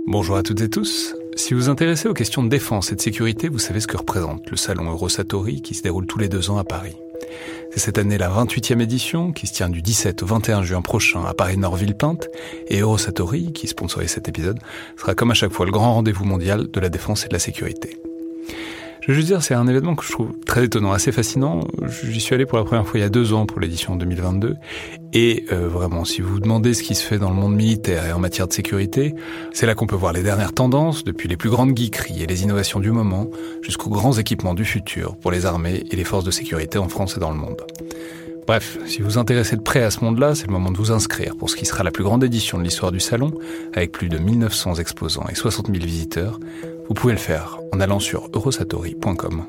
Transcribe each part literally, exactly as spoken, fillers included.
Bonjour à toutes et tous. Si vous vous intéressez aux questions de défense et de sécurité, vous savez ce que représente le salon Eurosatory qui se déroule tous les deux ans à Paris. C'est cette année la vingt-huitième édition qui se tient du dix-sept au vingt et un juin prochain à Paris-Nord-Villepinte, et Eurosatory, qui sponsorise cet épisode, sera comme à chaque fois le grand rendez-vous mondial de la défense et de la sécurité. Je veux juste dire, c'est un événement que je trouve très étonnant, assez fascinant. J'y suis allé pour la première fois il y a deux ans pour l'édition deux mille vingt-deux. Et euh, vraiment, si vous vous demandez ce qui se fait dans le monde militaire et en matière de sécurité, c'est là qu'on peut voir les dernières tendances, depuis les plus grandes geekeries et les innovations du moment, jusqu'aux grands équipements du futur pour les armées et les forces de sécurité en France et dans le monde. Bref, si vous vous intéressez de près à ce monde-là, c'est le moment de vous inscrire pour ce qui sera la plus grande édition de l'histoire du salon, avec plus de mille neuf cents exposants et soixante mille visiteurs. Vous pouvez le faire en allant sur eurosatory point com.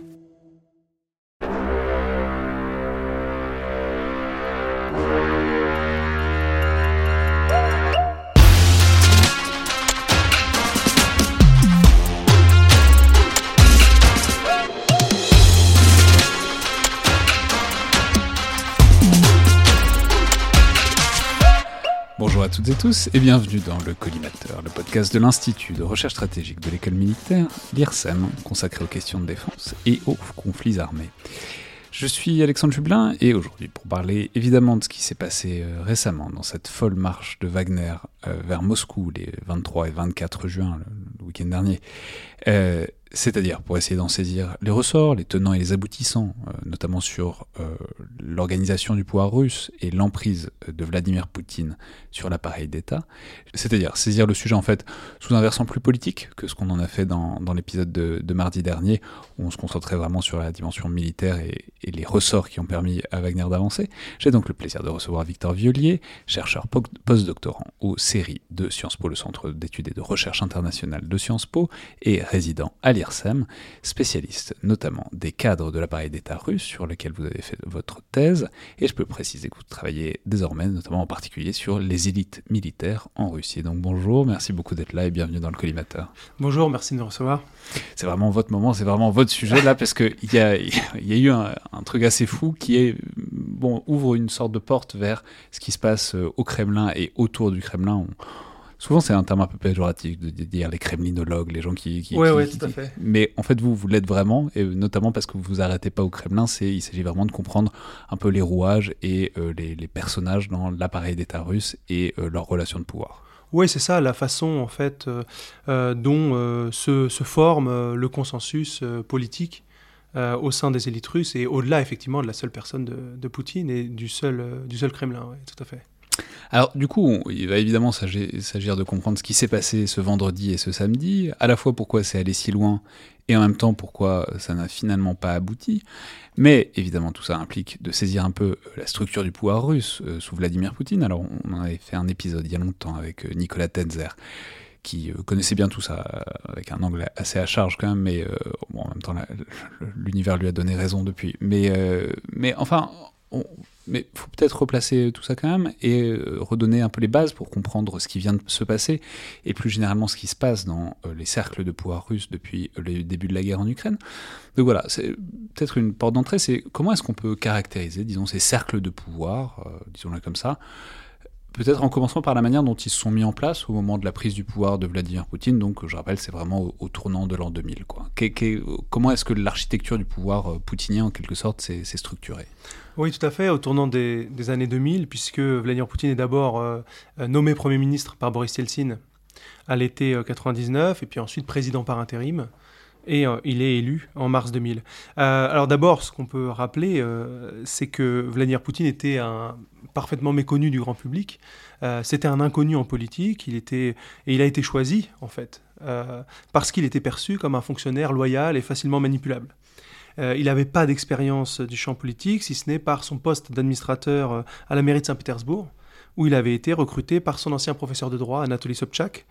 Bonjour à toutes et tous et bienvenue dans le Collimateur, le podcast de l'Institut de recherche stratégique de l'école militaire, l'I R S E M, consacré aux questions de défense et aux conflits armés. Je suis Alexandre Jublin et aujourd'hui pour parler évidemment de ce qui s'est passé euh, récemment dans cette folle marche de Wagner euh, vers Moscou les vingt-trois et vingt-quatre juin, le, le week-end dernier, euh, c'est-à-dire pour essayer d'en saisir les ressorts, les tenants et les aboutissants, euh, notamment sur euh, l'organisation du pouvoir russe et l'emprise de Vladimir Poutine sur l'appareil d'État, c'est-à-dire saisir le sujet en fait sous un versant plus politique que ce qu'on en a fait dans, dans l'épisode de, de mardi dernier, où on se concentrait vraiment sur la dimension militaire et, et les ressorts qui ont permis à Wagner d'avancer. J'ai donc le plaisir de recevoir Victor Violier, chercheur post-doctorant aux séries de Sciences Po, le Centre d'études et de recherche internationale de Sciences Po, et résident à l'I R S E M, spécialiste notamment des cadres de l'appareil d'État russe sur lequel vous avez fait votre thèse, et je peux préciser que vous travaillez désormais notamment en particulier sur les élites militaires en Russie. Donc bonjour, merci beaucoup d'être là et bienvenue dans le Collimateur. Bonjour, merci de me recevoir. C'est vraiment votre moment, c'est vraiment votre sujet là, parce qu'il y a, y a eu un, un truc assez fou qui est, bon, ouvre une sorte de porte vers ce qui se passe au Kremlin et autour du Kremlin. On, Souvent, c'est un terme un peu péjoratif de dire les kremlinologues, les gens qui... qui oui, qui, oui, qui, tout à fait. Mais en fait, vous, vous l'êtes vraiment, et notamment parce que vous vous arrêtez pas au Kremlin, c'est, il s'agit vraiment de comprendre un peu les rouages et euh, les, les personnages dans l'appareil d'État russe et euh, leurs relations de pouvoir. Oui, c'est ça, la façon en fait euh, euh, dont euh, se, se forme euh, le consensus euh, politique euh, au sein des élites russes et au-delà effectivement de la seule personne de, de Poutine et du seul, euh, du seul Kremlin, oui, tout à fait. Alors du coup, on, il va évidemment s'agir, s'agir de comprendre ce qui s'est passé ce vendredi et ce samedi, à la fois pourquoi c'est allé si loin et en même temps pourquoi ça n'a finalement pas abouti. Mais évidemment tout ça implique de saisir un peu la structure du pouvoir russe euh, sous Vladimir Poutine. Alors on en avait fait un épisode il y a longtemps avec euh, Nicolas Tenzer, qui euh, connaissait bien tout ça, euh, avec un angle assez à charge quand même, mais euh, bon, en même temps la, l'univers lui a donné raison depuis. Mais, euh, mais enfin... On, mais il faut peut-être replacer tout ça quand même et euh, redonner un peu les bases pour comprendre ce qui vient de se passer et plus généralement ce qui se passe dans euh, les cercles de pouvoir russes depuis euh, le début de la guerre en Ukraine. Donc voilà, c'est peut-être une porte d'entrée, c'est comment est-ce qu'on peut caractériser, disons, ces cercles de pouvoir, euh, disons-le comme ça, peut-être en commençant par la manière dont ils se sont mis en place au moment de la prise du pouvoir de Vladimir Poutine. Donc, je rappelle, c'est vraiment au, au tournant de l'an deux mille. Quoi. Qu'est, qu'est, comment est-ce que l'architecture du pouvoir euh, poutinien, en quelque sorte, s'est, s'est structurée ? Oui, tout à fait, au tournant des, des années deux mille, puisque Vladimir Poutine est d'abord euh, nommé Premier ministre par Boris Yeltsin à l'été euh, quatre-vingt-dix-neuf, et puis ensuite président par intérim. Et euh, il est élu en mars deux mille. Euh, alors d'abord, ce qu'on peut rappeler, euh, c'est que Vladimir Poutine était un, parfaitement méconnu du grand public. Euh, c'était un inconnu en politique, il était, et il a été choisi, en fait, euh, parce qu'il était perçu comme un fonctionnaire loyal et facilement manipulable. Euh, il n'avait pas d'expérience du champ politique, si ce n'est par son poste d'administrateur euh, à la mairie de Saint-Pétersbourg, où il avait été recruté par son ancien professeur de droit, Anatoly Sobchak.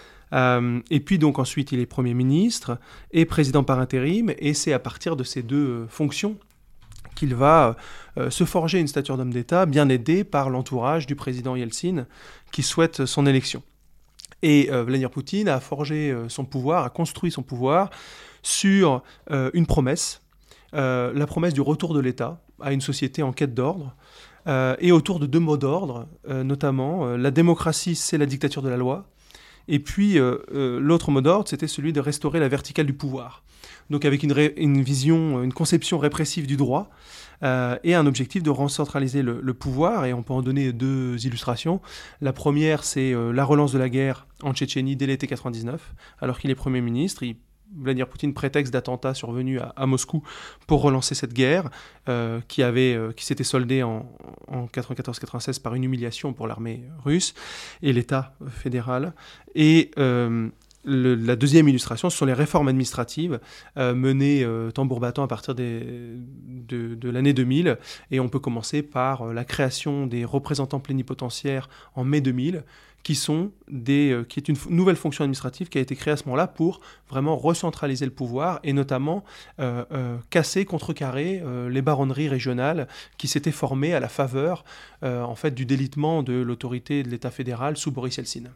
Euh, et puis donc ensuite il est Premier ministre et président par intérim, et c'est à partir de ces deux euh, fonctions qu'il va euh, se forger une stature d'homme d'État, bien aidé par l'entourage du président Yeltsin qui souhaite son élection. Et euh, Vladimir Poutine a forgé euh, son pouvoir, a construit son pouvoir sur euh, une promesse, euh, la promesse du retour de l'État à une société en quête d'ordre, euh, et autour de deux mots d'ordre, euh, notamment euh, la démocratie c'est la dictature de la loi, Et puis, euh, euh, l'autre mot d'ordre, c'était celui de restaurer la verticale du pouvoir. Donc avec une, ré- une vision, une conception répressive du droit, euh, et un objectif de recentraliser le, le pouvoir. Et on peut en donner deux illustrations. La première, c'est euh, la relance de la guerre en Tchétchénie dès l'été quatre-vingt-dix-neuf, alors qu'il est Premier ministre. Il Vladimir Poutine prétexte d'attentats survenus à, à Moscou pour relancer cette guerre euh, qui, avait, euh, qui s'était soldée en, en quatre-vingt-quatorze quatre-vingt-seize par une humiliation pour l'armée russe et l'État fédéral. Et euh, le, la deuxième illustration, ce sont les réformes administratives euh, menées euh, tambour battant à partir des, de, de l'année deux mille. Et on peut commencer par euh, la création des représentants plénipotentiaires en mai deux mille, qui, sont des, euh, qui est une f- nouvelle fonction administrative qui a été créée à ce moment-là pour vraiment recentraliser le pouvoir et notamment euh, euh, casser, contrecarrer euh, les baronneries régionales qui s'étaient formées à la faveur euh, en fait, du délitement de l'autorité de l'État fédéral sous Boris Eltsine.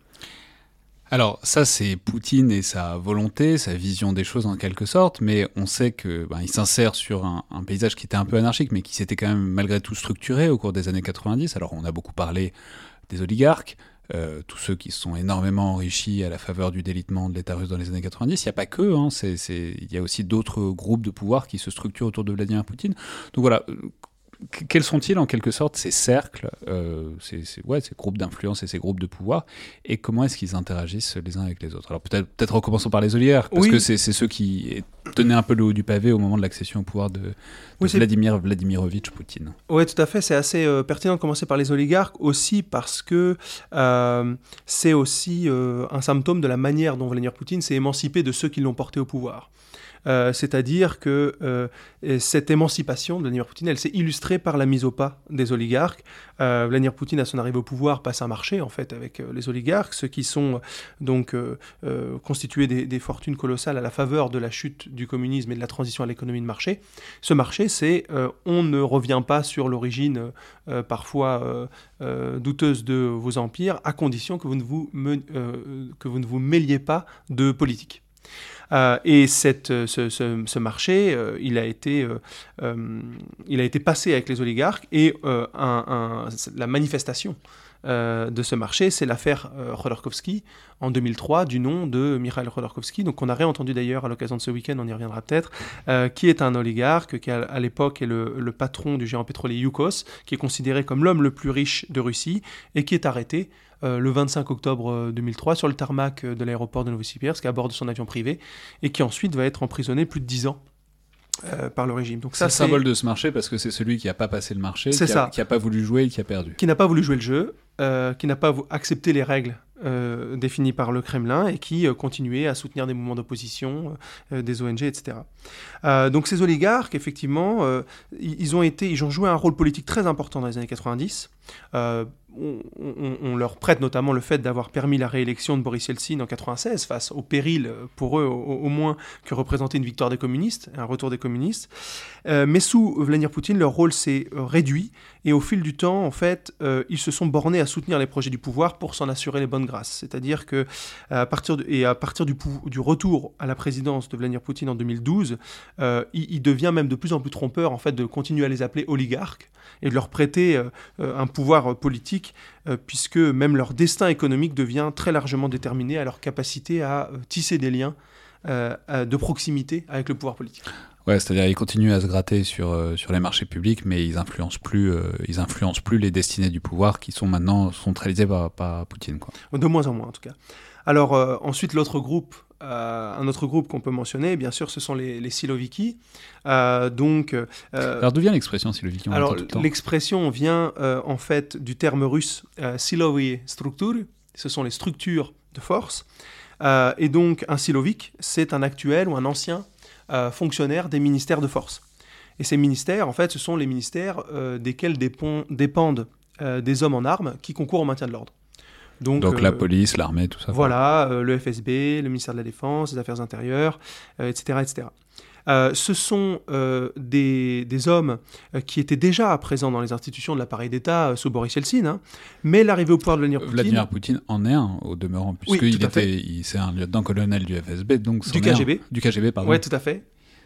Alors ça, c'est Poutine et sa volonté, sa vision des choses en quelque sorte, mais on sait que ben, il s'insère sur un, un paysage qui était un peu anarchique, mais qui s'était quand même malgré tout structuré au cours des années quatre-vingt-dix. Alors on a beaucoup parlé des oligarques, Euh, tous ceux qui se sont énormément enrichis à la faveur du délitement de l'État russe dans les années quatre-vingt-dix. Il n'y a pas que, hein, c'est, c'est... il y a aussi d'autres groupes de pouvoir qui se structurent autour de Vladimir Poutine. Donc voilà, quels sont-ils en quelque sorte ces cercles, euh, ces, ces, ouais, ces groupes d'influence et ces groupes de pouvoir, et comment est-ce qu'ils interagissent les uns avec les autres? Alors peut-être, peut-être recommençons par les oligarques, parce oui. que c'est, c'est ceux qui tenaient un peu le haut du pavé au moment de l'accession au pouvoir de, de oui, Vladimir Vladimirovitch Poutine. Oui, tout à fait, c'est assez euh, pertinent de commencer par les oligarques, aussi parce que euh, c'est aussi euh, un symptôme de la manière dont Vladimir Poutine s'est émancipé de ceux qui l'ont porté au pouvoir. Euh, c'est-à-dire que euh, cette émancipation de Vladimir Poutine, elle s'est illustrée par la mise au pas des oligarques. Euh, Vladimir Poutine, à son arrivée au pouvoir, passe un marché en fait avec euh, les oligarques, ceux qui sont donc euh, euh, constitués des, des fortunes colossales à la faveur de la chute du communisme et de la transition à l'économie de marché. Ce marché, c'est euh, on ne revient pas sur l'origine euh, parfois euh, euh, douteuse de vos empires, à condition que vous ne vous, me, euh, que vous ne vous mêliez pas de politique. Euh, et cette, ce, ce, ce marché, euh, il, a été, euh, euh, il a été passé avec les oligarques, et euh, un, un, la manifestation euh, de ce marché, c'est l'affaire euh, Khodorkovsky en deux mille trois, du nom de Mikhail Khodorkovsky, donc on a réentendu d'ailleurs à l'occasion de ce week-end, on y reviendra peut-être, euh, qui est un oligarque, qui à, à l'époque est le, le patron du géant pétrolier Yukos, qui est considéré comme l'homme le plus riche de Russie, et qui est arrêté Euh, le vingt-cinq octobre deux mille trois sur le tarmac de l'aéroport de Novosibirsk à bord de son avion privé, et qui ensuite va être emprisonné plus de dix ans euh, par le régime. Donc c'est ça, le c'est symbole de ce marché, parce que c'est celui qui n'a pas passé le marché, c'est qui n'a pas voulu jouer et qui a perdu. Qui n'a pas voulu jouer le jeu, euh, qui n'a pas accepté les règles euh, définies par le Kremlin, et qui euh, continuait à soutenir des mouvements d'opposition, euh, des O N G, et cetera. Euh, donc ces oligarques, effectivement, euh, ils, ont été, ils ont joué un rôle politique très important dans les années quatre-vingt-dix. Euh, On, on, on leur prête notamment le fait d'avoir permis la réélection de Boris Eltsine en quatre-vingt-seize, face au péril, pour eux au, au moins, que représentait une victoire des communistes, un retour des communistes. Euh, mais sous Vladimir Poutine, leur rôle s'est euh, réduit, et au fil du temps, en fait, euh, ils se sont bornés à soutenir les projets du pouvoir pour s'en assurer les bonnes grâces. C'est-à-dire que, à partir de, et à partir du, pou- du retour à la présidence de Vladimir Poutine en deux mille douze, euh, il, il devient même de plus en plus trompeur, en fait, de continuer à les appeler oligarques et de leur prêter euh, un pouvoir politique, euh, puisque même leur destin économique devient très largement déterminé à leur capacité à euh, tisser des liens euh, de proximité avec le pouvoir politique. Ouais, c'est-à-dire qu'ils continuent à se gratter sur, euh, sur les marchés publics, mais ils influencent plus, euh, ils influencent plus les destinées du pouvoir qui sont maintenant centralisées par, par Poutine, quoi. De moins en moins, en tout cas. Alors, euh, ensuite, l'autre groupe, euh, un autre groupe qu'on peut mentionner, bien sûr, ce sont les, les Siloviki. Euh, donc, euh, alors, d'où vient l'expression Siloviki? Alors, l'expression vient, euh, en fait, du terme russe euh, Silovые структуры. Ce sont les structures de force. Euh, et donc, un Silovik, c'est un actuel ou un ancien euh, fonctionnaire des ministères de force. Et ces ministères, en fait, ce sont les ministères euh, desquels dépend, dépendent euh, des hommes en armes qui concourent au maintien de l'ordre. Donc, Donc euh, la police, l'armée, tout ça. Voilà, euh, le F S B, le ministère de la Défense, les Affaires intérieures, euh, et cetera, et cetera. Euh, ce sont euh, des, des hommes euh, qui étaient déjà présents dans les institutions de l'appareil d'État euh, sous Boris Eltsine, hein, mais l'arrivée au pouvoir de Vladimir Poutine... Vladimir Poutine en est un, au demeurant, puisqu'il oui, était, il, c'est un lieutenant-colonel du F S B, donc du K G B. Un, du K G B, pardon. Oui, tout à fait.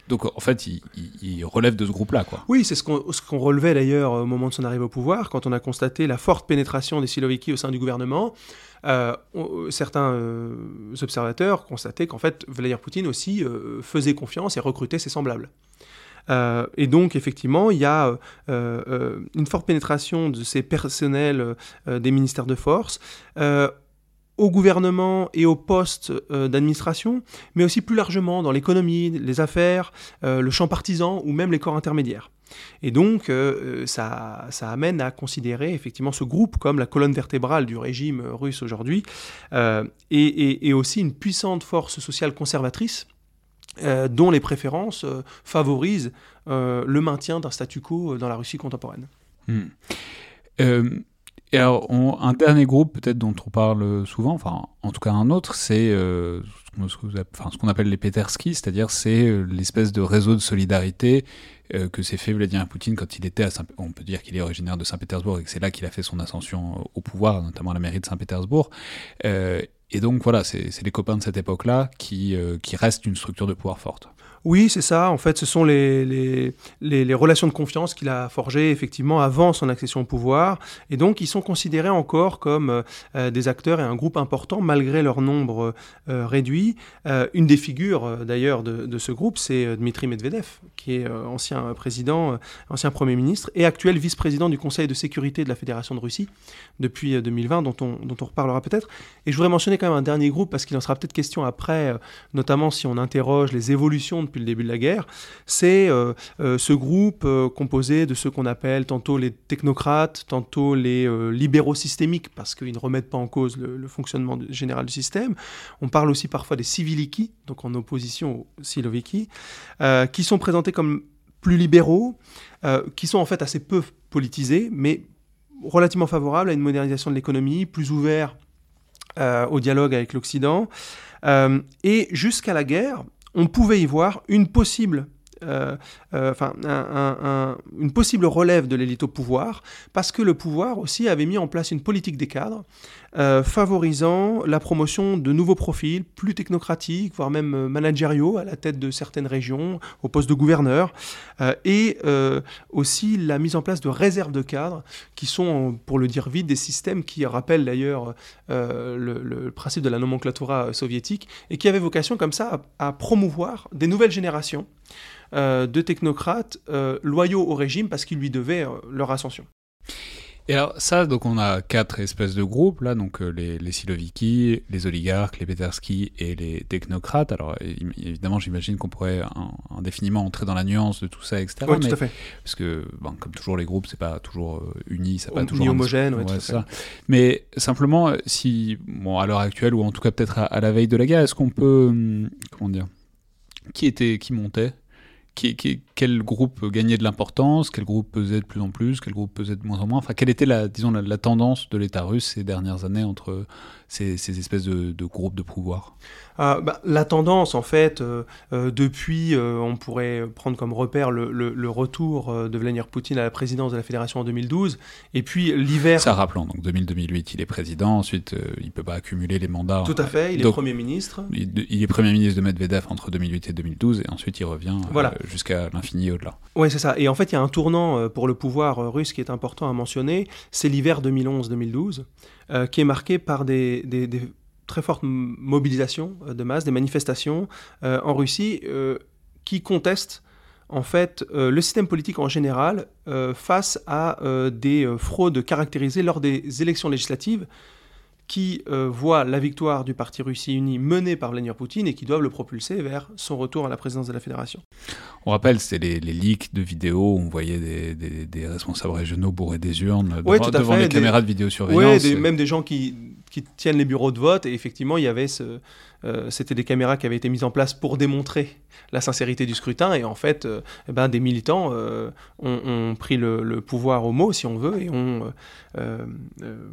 Donc en fait, il, il, il relève de ce groupe-là, quoi. Oui, c'est ce qu'on, ce qu'on relevait d'ailleurs au moment de son arrivée au pouvoir, quand on a constaté la forte pénétration des Siloviki au sein du gouvernement. Euh, on, certains euh, observateurs constataient qu'en fait, Vladimir Poutine aussi euh, faisait confiance et recrutait ses semblables. Euh, et donc, effectivement, il y a euh, euh, une forte pénétration de ces personnels euh, des ministères de force, euh, au gouvernement et aux postes euh, d'administration, mais aussi plus largement dans l'économie, les affaires, euh, le champ partisan ou même les corps intermédiaires. Et donc, euh, ça, ça amène à considérer effectivement ce groupe comme la colonne vertébrale du régime russe aujourd'hui, euh, et, et, et aussi une puissante force sociale conservatrice, euh, dont les préférences euh, favorisent euh, le maintien d'un statu quo dans la Russie contemporaine. Mmh. Euh... Et alors, on, un dernier groupe peut-être dont on parle souvent, enfin en tout cas un autre, c'est euh, ce, qu'on, enfin, ce qu'on appelle les Petersky, c'est-à-dire c'est euh, l'espèce de réseau de solidarité euh, que s'est fait Vladimir Poutine quand il était à Saint- on peut dire qu'il est originaire de Saint-Pétersbourg et que c'est là qu'il a fait son ascension au pouvoir, notamment à la mairie de Saint-Pétersbourg. Euh, et donc voilà, c'est, c'est les copains de cette époque-là qui, euh, qui restent une structure de pouvoir forte. Oui, c'est ça. En fait, ce sont les, les, les, les relations de confiance qu'il a forgées effectivement avant son accession au pouvoir. Et donc, ils sont considérés encore comme euh, des acteurs et un groupe important, malgré leur nombre euh, réduit. Euh, une des figures, euh, d'ailleurs, de, de ce groupe, c'est Dmitri Medvedev, qui est euh, ancien président, euh, ancien Premier ministre et actuel vice-président du Conseil de sécurité de la Fédération de Russie depuis euh, deux mille vingt, dont on, dont on reparlera peut-être. Et je voudrais mentionner quand même un dernier groupe, parce qu'il en sera peut-être question après, euh, notamment si on interroge les évolutions de depuis le début de la guerre, c'est euh, euh, ce groupe euh, composé de ceux qu'on appelle tantôt les technocrates, tantôt les euh, libéraux systémiques, parce qu'ils ne remettent pas en cause le, le fonctionnement de, général du système. On parle aussi parfois des civiliki, donc en opposition aux siloviki, euh, qui sont présentés comme plus libéraux, euh, qui sont en fait assez peu politisés, mais relativement favorables à une modernisation de l'économie, plus ouverts euh, au dialogue avec l'Occident. Euh, et jusqu'à la guerre, on pouvait y voir une possible, euh, euh, enfin, un, un, un, une possible relève de l'élite au pouvoir, parce que le pouvoir aussi avait mis en place une politique des cadres euh, favorisant la promotion de nouveaux profils plus technocratiques, voire même managériaux à la tête de certaines régions, au poste de gouverneur, euh, et euh, aussi la mise en place de réserves de cadres, qui sont, pour le dire vite, des systèmes qui rappellent d'ailleurs euh, le, le principe de la nomenclatura soviétique, et qui avaient vocation comme ça à, à promouvoir des nouvelles générations euh, de technocrates euh, loyaux au régime parce qu'ils lui devaient euh, leur ascension. Et alors ça, donc on a quatre espèces de groupes là, donc euh, les, les siloviki, les oligarques, les Petersky et les technocrates. Alors évidemment, j'imagine qu'on pourrait un, indéfiniment entrer dans la nuance de tout ça, et cetera. Oui, mais, tout à fait. Parce que, bon, comme toujours, les groupes, c'est pas toujours euh, uni, c'est pas Ni toujours homogène, ouais, ouais, tout à ça. fait. Mais simplement, si, bon, à l'heure actuelle ou en tout cas peut-être à, à la veille de la guerre, est-ce qu'on peut, hum, comment dire, qui était, qui montait? Qui, qui, quel groupe gagnait de l'importance, quel groupe pesait de plus en plus, quel groupe pesait de moins en moins, enfin quelle était la, disons, la, la tendance de l'État russe ces dernières années entre ces, ces espèces de, de groupes de pouvoir? Euh, bah, la tendance, en fait, euh, euh, depuis, euh, on pourrait prendre comme repère le, le, le retour euh, de Vladimir Poutine à la présidence de la Fédération en deux mille douze, et puis l'hiver... Ça, rappelons, donc deux mille deux mille huit, il est président, ensuite euh, il ne peut pas accumuler les mandats. Tout à fait, il donc, est Premier ministre. Il, il est Premier ministre de Medvedev entre deux mille huit et deux mille douze, et ensuite il revient voilà. euh, jusqu'à l'infini et au-delà. Oui, c'est ça. Et en fait, il y a un tournant euh, pour le pouvoir euh, russe qui est important à mentionner, c'est l'hiver deux mille onze deux mille douze, euh, qui est marqué par des... des, des très forte mobilisation de masse, des manifestations euh, en Russie euh, qui contestent en fait euh, le système politique en général euh, face à euh, des euh, fraudes caractérisées lors des élections législatives qui euh, voient la victoire du parti Russie Unie menée par Vladimir Poutine et qui doivent le propulser vers son retour à la présidence de la Fédération. On rappelle, c'était les, les leaks de vidéos où on voyait des, des, des responsables régionaux bourrer des urnes ouais, devant, devant les des, caméras de vidéosurveillance. Oui, même des gens qui, qui tiennent les bureaux de vote, et effectivement, il y avait ce, euh, c'était des caméras qui avaient été mises en place pour démontrer la sincérité du scrutin, et en fait, euh, eh ben, des militants euh, ont, ont pris le, le pouvoir au mot, si on veut, et ont... Euh, euh,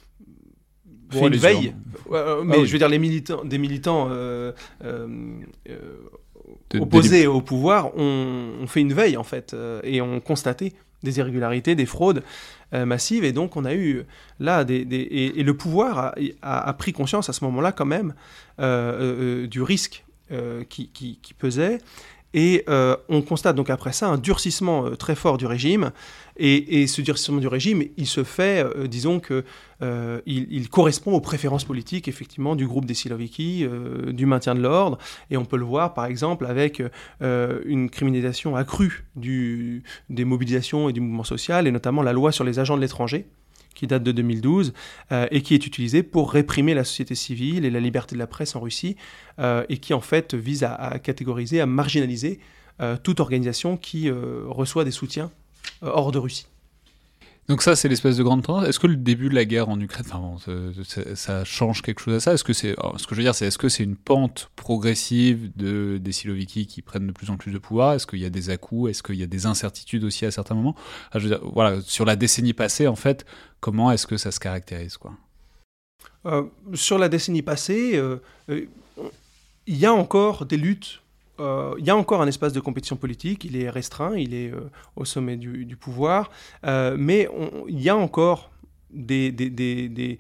fait bon, une veille, euh, mais ah, oui. je veux dire les militants, des militants euh, euh, euh, de, opposés de... au pouvoir ont, ont fait une veille en fait euh, et ont constaté des irrégularités, des fraudes euh, massives, et donc on a eu là des, des et, et le pouvoir a, a, a pris conscience à ce moment-là quand même euh, euh, du risque euh, qui, qui, qui pesait. Et euh, on constate donc après ça un durcissement euh, très fort du régime. Et, et ce durcissement du régime, il se fait, euh, disons que euh, il, il correspond aux préférences politiques, effectivement, du groupe des Siloviki, euh, du maintien de l'ordre. Et on peut le voir, par exemple, avec euh, une criminalisation accrue du, des mobilisations et du mouvement social, et notamment la loi sur les agents de l'étranger, qui date de deux mille douze, euh, et qui est utilisée pour réprimer la société civile et la liberté de la presse en Russie, euh, et qui en fait vise à, à catégoriser, à marginaliser euh, toute organisation qui euh, reçoit des soutiens euh, hors de Russie. Donc ça, c'est l'espèce de grande tendance. Est-ce que le début de la guerre en Ukraine, enfin bon, ça, ça change quelque chose à ça? Est-ce que c'est, alors, ce que je veux dire, c'est est-ce que c'est une pente progressive de, des Siloviki qui prennent de plus en plus de pouvoir? Est-ce qu'il y a des à-coups? Est-ce qu'il y a des incertitudes aussi à certains moments? Ah, je veux dire, voilà, sur la décennie passée, en fait, comment est-ce que ça se caractérise, quoi? Euh, sur la décennie passée, euh, euh, il y a encore des luttes. Euh, il y a encore un espace de compétition politique, il est restreint, il est euh, au sommet du, du pouvoir, euh, mais on, il y a encore des, des, des, des,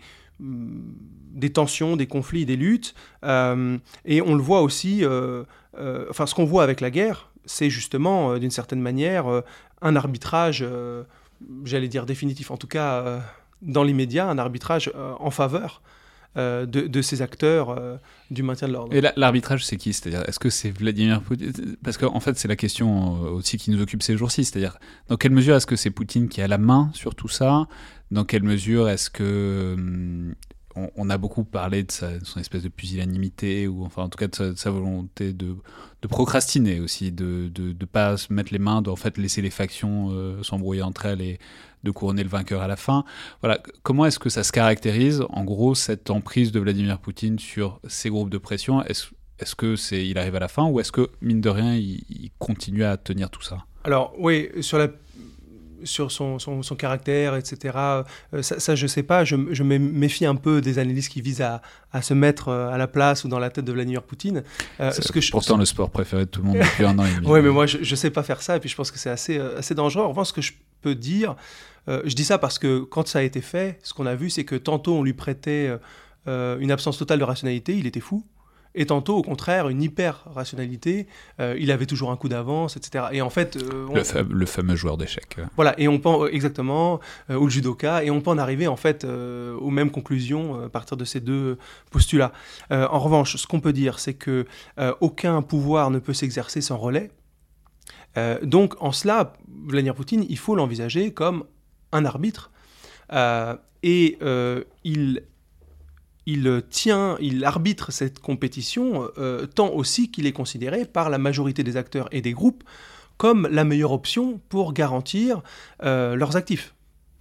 des tensions, des conflits, des luttes, euh, et on le voit aussi, euh, euh, enfin ce qu'on voit avec la guerre, c'est justement euh, d'une certaine manière euh, un arbitrage, euh, j'allais dire définitif, en tout cas euh, dans l'immédiat, un arbitrage euh, en faveur Euh, de, de ces acteurs euh, du maintien de l'ordre. Et la, l'arbitrage, c'est qui? C'est-à-dire, est-ce que c'est Vladimir Poutine? Parce qu'en en fait, c'est la question aussi qui nous occupe ces jours-ci. C'est-à-dire, dans quelle mesure est-ce que c'est Poutine qui a la main sur tout ça? Dans quelle mesure est-ce que... Hum, on, on a beaucoup parlé de, sa, de son espèce de pusillanimité, ou enfin, en tout cas, de sa, de sa volonté de, de procrastiner aussi, de ne de, de pas se mettre les mains, de en fait, laisser les factions euh, s'embrouiller entre elles et de couronner le vainqueur à la fin. Voilà, comment est-ce que ça se caractérise, en gros, cette emprise de Vladimir Poutine sur ces groupes de pression? Est-ce, est-ce que c'est, il arrive à la fin, ou est-ce que, mine de rien, il, il continue à tenir tout ça? Alors, oui, sur, la, sur son, son, son caractère, et cetera, euh, ça, ça, je ne sais pas. Je, je me méfie un peu des analyses qui visent à, à se mettre à la place ou dans la tête de Vladimir Poutine. Euh, c'est ce que pourtant je... le sport préféré de tout le monde depuis un an et demi. Oui, mais moi, je ne sais pas faire ça, et puis je pense que c'est assez, assez dangereux. En revanche, ce que je peux dire... Euh, je dis ça parce que quand ça a été fait, ce qu'on a vu, c'est que tantôt on lui prêtait euh, une absence totale de rationalité, il était fou, et tantôt au contraire une hyper-rationalité, euh, il avait toujours un coup d'avance, et cetera. Et en fait... Euh, on... le, fa- le fameux joueur d'échecs. Voilà, et on peut, exactement, euh, ou le judoka, et on peut en arriver en fait euh, aux mêmes conclusions euh, à partir de ces deux postulats. Euh, en revanche, ce qu'on peut dire, c'est que euh, aucun pouvoir ne peut s'exercer sans relais. Euh, donc en cela, Vladimir Poutine, il faut l'envisager comme un arbitre, euh, et euh, il, il tient, il arbitre cette compétition euh, tant aussi qu'il est considéré par la majorité des acteurs et des groupes comme la meilleure option pour garantir euh, leurs actifs.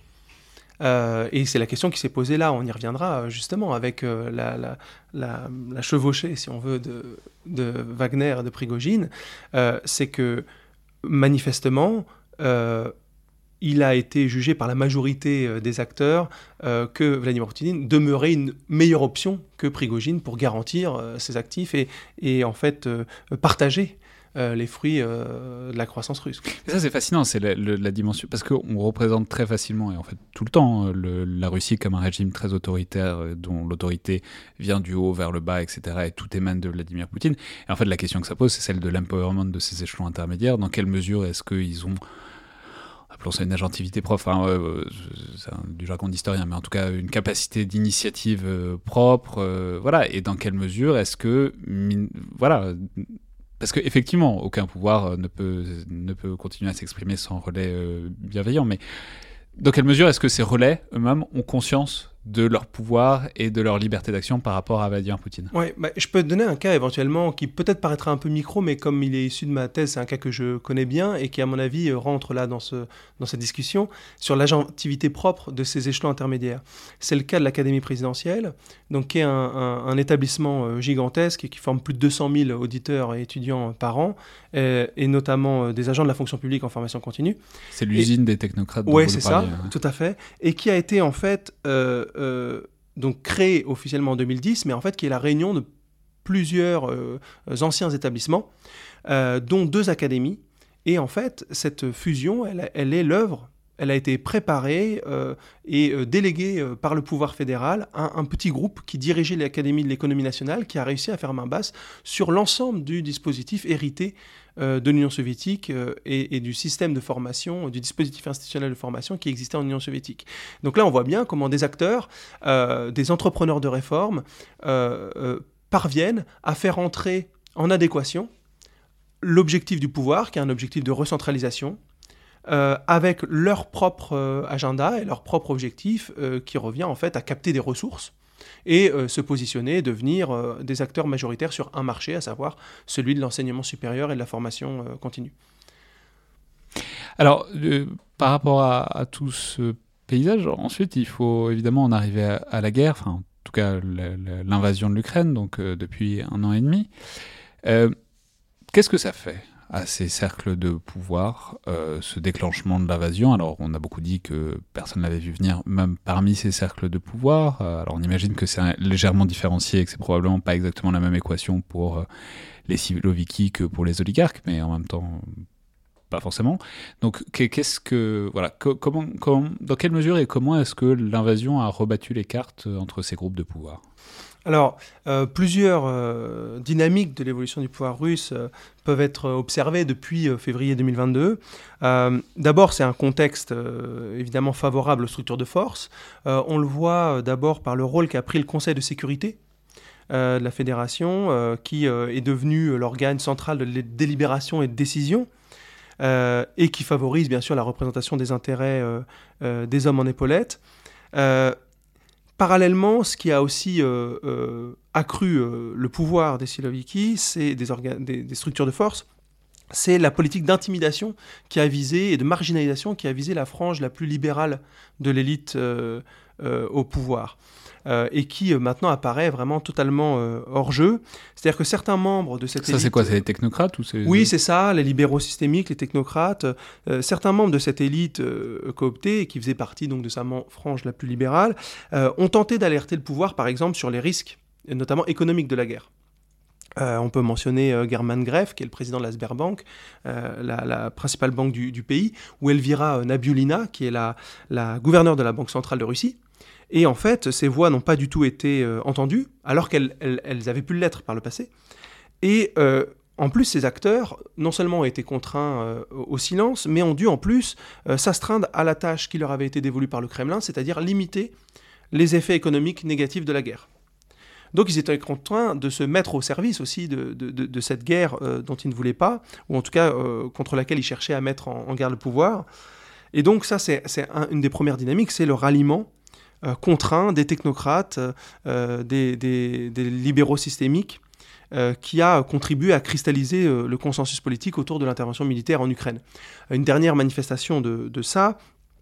Euh, et c'est la question qui s'est posée là, on y reviendra justement avec euh, la, la, la, la chevauchée, si on veut, de, de Wagner et de Prigojine, euh, c'est que manifestement, euh, il a été jugé par la majorité des acteurs euh, que Vladimir Poutine demeurait une meilleure option que Prigojine pour garantir euh, ses actifs et, et en fait euh, partager euh, les fruits euh, de la croissance russe. Et ça c'est fascinant, c'est la, la, la dimension, parce qu'on représente très facilement et en fait tout le temps le, la Russie comme un régime très autoritaire dont l'autorité vient du haut vers le bas, et cetera. Et tout émane de Vladimir Poutine. Et en fait la question que ça pose, c'est celle de l'empowerment de ces échelons intermédiaires. Dans quelle mesure est-ce qu'ils ont... appelons ça une agentivité propre, hein, euh, c'est un, du jargon d'historien, mais en tout cas une capacité d'initiative euh, propre, euh, voilà, et dans quelle mesure est-ce que, min, voilà, parce qu'effectivement, aucun pouvoir ne peut, ne peut continuer à s'exprimer sans relais euh, bienveillant, mais dans quelle mesure est-ce que ces relais eux-mêmes ont conscience de leur pouvoir et de leur liberté d'action par rapport à Vladimir Poutine? Ouais, bah, je peux te donner un cas éventuellement qui peut-être paraîtra un peu micro, mais comme il est issu de ma thèse, c'est un cas que je connais bien et qui, à mon avis, rentre là dans, ce, dans cette discussion sur l'agentivité propre de ces échelons intermédiaires. C'est le cas de l'Académie présidentielle, donc, qui est un, un, un établissement gigantesque et qui forme plus de deux cent mille auditeurs et étudiants par an, et, et notamment des agents de la fonction publique en formation continue. C'est l'usine et, des technocrates. Oui, c'est ça, hein. Tout à fait. Et qui a été en fait... Euh, Euh, donc créé officiellement en deux mille dix, mais en fait qui est la réunion de plusieurs euh, anciens établissements, euh, dont deux académies. Et en fait, cette fusion, elle, elle est l'œuvre Elle a été préparée euh, et euh, déléguée euh, par le pouvoir fédéral à un petit groupe qui dirigeait l'Académie de l'économie nationale, qui a réussi à faire main basse sur l'ensemble du dispositif hérité euh, de l'Union soviétique euh, et, et du système de formation, du dispositif institutionnel de formation qui existait en Union soviétique. Donc là, on voit bien comment des acteurs, euh, des entrepreneurs de réforme, euh, euh, parviennent à faire entrer en adéquation l'objectif du pouvoir, qui est un objectif de recentralisation, Euh, avec leur propre euh, agenda et leur propre objectif euh, qui revient en fait à capter des ressources et euh, se positionner, devenir euh, des acteurs majoritaires sur un marché, à savoir celui de l'enseignement supérieur et de la formation euh, continue. Alors, euh, par rapport à, à tout ce paysage, ensuite, il faut évidemment en arriver à, à la guerre, enfin, en tout cas la, la, l'invasion de l'Ukraine, donc euh, depuis un an et demi. Euh, qu'est-ce que ça fait à ces cercles de pouvoir, euh, ce déclenchement de l'invasion? Alors, on a beaucoup dit que personne ne l'avait vu venir, même parmi ces cercles de pouvoir. Euh, alors, on imagine que c'est un, légèrement différencié et que c'est probablement pas exactement la même équation pour euh, les Siloviki que pour les oligarques, mais en même temps, pas forcément. Donc, qu'est-ce que, voilà, co- comment, comment, dans quelle mesure et comment est-ce que l'invasion a rebattu les cartes entre ces groupes de pouvoir? Alors, euh, plusieurs euh, dynamiques de l'évolution du pouvoir russe euh, peuvent être observées depuis euh, février deux mille vingt-deux. Euh, d'abord, c'est un contexte euh, évidemment favorable aux structures de force. Euh, on le voit euh, d'abord par le rôle qu'a pris le Conseil de sécurité euh, de la Fédération, euh, qui euh, est devenu l'organe central de délibération et de décision, euh, et qui favorise bien sûr la représentation des intérêts euh, euh, des hommes en épaulettes. Euh, Parallèlement, ce qui a aussi euh, euh, accru euh, le pouvoir des Siloviki, c'est des, orga- des, des structures de force, c'est la politique d'intimidation qui a visé, et de marginalisation qui a visé la frange la plus libérale de l'élite euh, euh, au pouvoir. Euh, et qui euh, maintenant apparaît vraiment totalement euh, hors jeu. C'est-à-dire que certains membres de cette ça, élite... Ça, c'est quoi? C'est les technocrates ou c'est... Oui, c'est ça, les libéraux systémiques, les technocrates. Euh, certains membres de cette élite euh, cooptée, et qui faisaient partie donc, de sa man- frange la plus libérale, euh, ont tenté d'alerter le pouvoir, par exemple, sur les risques, et notamment économiques de la guerre. Euh, on peut mentionner euh, German Gref, qui est le président de la Sberbank, euh, la, la principale banque du, du pays, ou Elvira euh, Nabiulina, qui est la, la gouverneure de la Banque centrale de Russie. Et en fait, ces voix n'ont pas du tout été euh, entendues, alors qu'elles elles, elles avaient pu l'être par le passé. Et euh, en plus, ces acteurs, non seulement ont été contraints euh, au silence, mais ont dû en plus euh, s'astreindre à la tâche qui leur avait été dévolue par le Kremlin, c'est-à-dire limiter les effets économiques négatifs de la guerre. Donc ils étaient contraints de se mettre au service aussi de, de, de, de cette guerre euh, dont ils ne voulaient pas, ou en tout cas euh, contre laquelle ils cherchaient à mettre en, en garde le pouvoir. Et donc ça, c'est, c'est un, une des premières dynamiques, c'est le ralliement euh, contraint des technocrates, euh, des, des, des libéraux systémiques, euh, qui a contribué à cristalliser euh, le consensus politique autour de l'intervention militaire en Ukraine. Une dernière manifestation de, de ça,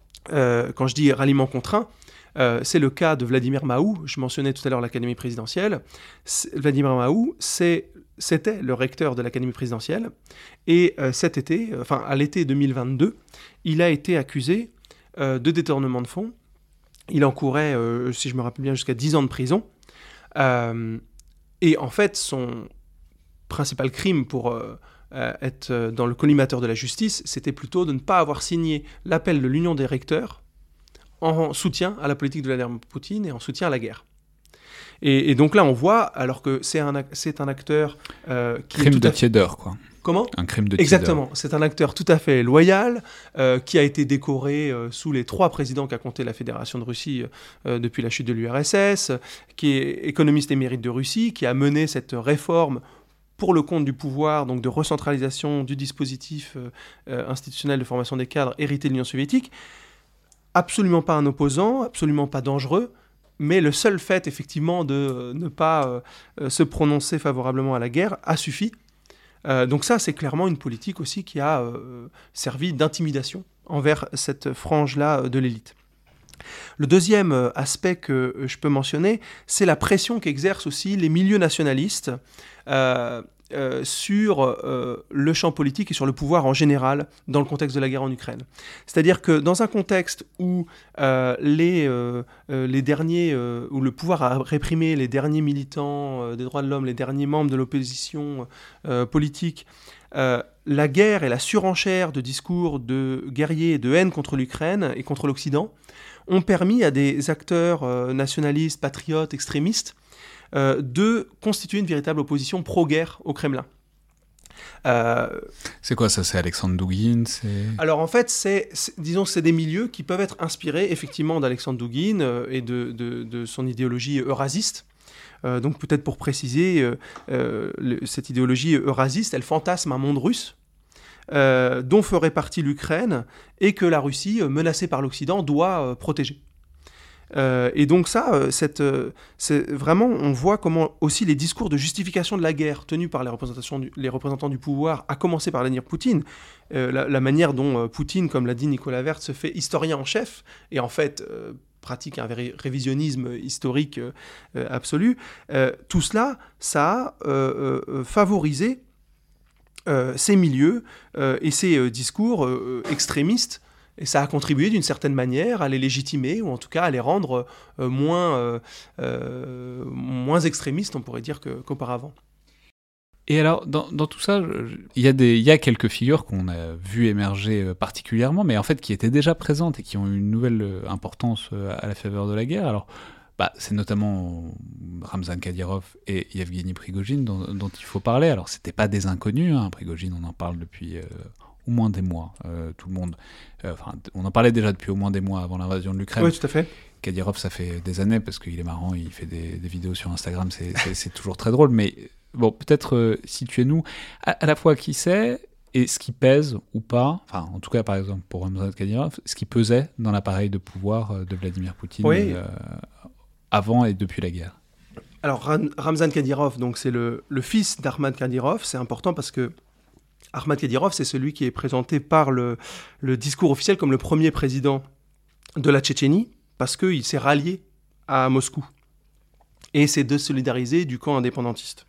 euh, quand je dis ralliement contraint, Euh, c'est le cas de Vladimir Mahou. Je mentionnais tout à l'heure l'Académie présidentielle. C'est, Vladimir Mahou, c'est, c'était le recteur de l'Académie présidentielle. Et euh, cet été, enfin à l'été deux mille vingt-deux, il a été accusé euh, de détournement de fonds. Il encourait, euh, si je me rappelle bien, jusqu'à dix ans de prison. Euh, et en fait, son principal crime pour euh, euh, être dans le collimateur de la justice, c'était plutôt de ne pas avoir signé l'appel de l'Union des recteurs en soutien à la politique de Vladimir Poutine et en soutien à la guerre. Et, et donc là, on voit, alors que c'est un, c'est un acteur euh, qui crime est tout de à... tiédeur, quoi. Comment ? Un crime de Exactement. tiédeur. C'est un acteur tout à fait loyal, euh, qui a été décoré euh, sous les trois présidents qu'a compté la Fédération de Russie euh, depuis la chute de l'U R S S, qui est économiste émérite de Russie, qui a mené cette réforme pour le compte du pouvoir, donc de recentralisation du dispositif euh, institutionnel de formation des cadres hérité de l'Union soviétique. Absolument pas un opposant, absolument pas dangereux, mais le seul fait, effectivement, de euh, ne pas euh, se prononcer favorablement à la guerre a suffi. Euh, donc ça, c'est clairement une politique aussi qui a euh, servi d'intimidation envers cette frange-là de l'élite. Le deuxième aspect que je peux mentionner, c'est la pression qu'exercent aussi les milieux nationalistes, euh, euh, sur euh, le champ politique et sur le pouvoir en général dans le contexte de la guerre en Ukraine. C'est-à-dire que dans un contexte où euh, les, euh, euh, les derniers, euh, où le pouvoir a réprimé les derniers militants euh, des droits de l'homme, les derniers membres de l'opposition euh, politique, euh, la guerre et la surenchère de discours de guerriers et de haine contre l'Ukraine et contre l'Occident ont permis à des acteurs euh, nationalistes, patriotes, extrémistes euh, de constituer une véritable opposition pro-guerre au Kremlin. Euh, c'est quoi ça? C'est Alexandre Douguine c'est... Alors en fait, c'est, c'est, disons, c'est des milieux qui peuvent être inspirés effectivement d'Alexandre Douguine euh, et de, de, de son idéologie eurasiste. Euh, donc peut-être pour préciser, euh, euh, le, cette idéologie eurasiste, elle fantasme un monde russe, euh, dont ferait partie l'Ukraine, et que la Russie, euh, menacée par l'Occident, doit euh, protéger. Euh, et donc ça, euh, cette, euh, c'est vraiment, on voit comment aussi les discours de justification de la guerre tenus par les, représentations du, les représentants du pouvoir, à commencer par Vladimir Poutine, euh, la, la manière dont euh, Poutine, comme l'a dit Nicolas Werth, se fait historien en chef, et en fait... Euh, pratique un ré- révisionnisme historique euh, euh, absolu, euh, tout cela, ça a euh, euh, favorisé euh, ces milieux euh, et ces euh, discours euh, extrémistes, et ça a contribué d'une certaine manière à les légitimer, ou en tout cas à les rendre euh, moins, euh, euh, moins extrémistes, on pourrait dire, que, qu'auparavant. Et alors, dans, dans tout ça, il y, y a quelques figures qu'on a vues émerger particulièrement, mais en fait qui étaient déjà présentes et qui ont eu une nouvelle importance à la faveur de la guerre. Alors, bah, c'est notamment Ramzan Kadyrov et Yevgeny Prigojine dont, dont il faut parler. Alors, c'était pas des inconnus, hein. Prigojine, on en parle depuis euh, au moins des mois, euh, tout le monde. Euh, enfin, on en parlait déjà depuis au moins des mois avant l'invasion de l'Ukraine. Oui, tout à fait. Kadyrov, ça fait des années, parce qu'il est marrant, il fait des, des vidéos sur Instagram, c'est, c'est, c'est toujours très drôle, mais... Bon, peut-être euh, situez-nous à, à la fois qui c'est et ce qui pèse ou pas, enfin en tout cas par exemple pour Ramzan Kadyrov, ce qui pesait dans l'appareil de pouvoir euh, de Vladimir Poutine oui. euh, avant et depuis la guerre. Alors Ram- Ramzan Kadyrov, donc c'est le, le fils d'Armad Kadyrov, c'est important parce que Armad Kadyrov, c'est celui qui est présenté par le, le discours officiel comme le premier président de la Tchétchénie, parce qu'il s'est rallié à Moscou et s'est désolidarisé du camp indépendantiste.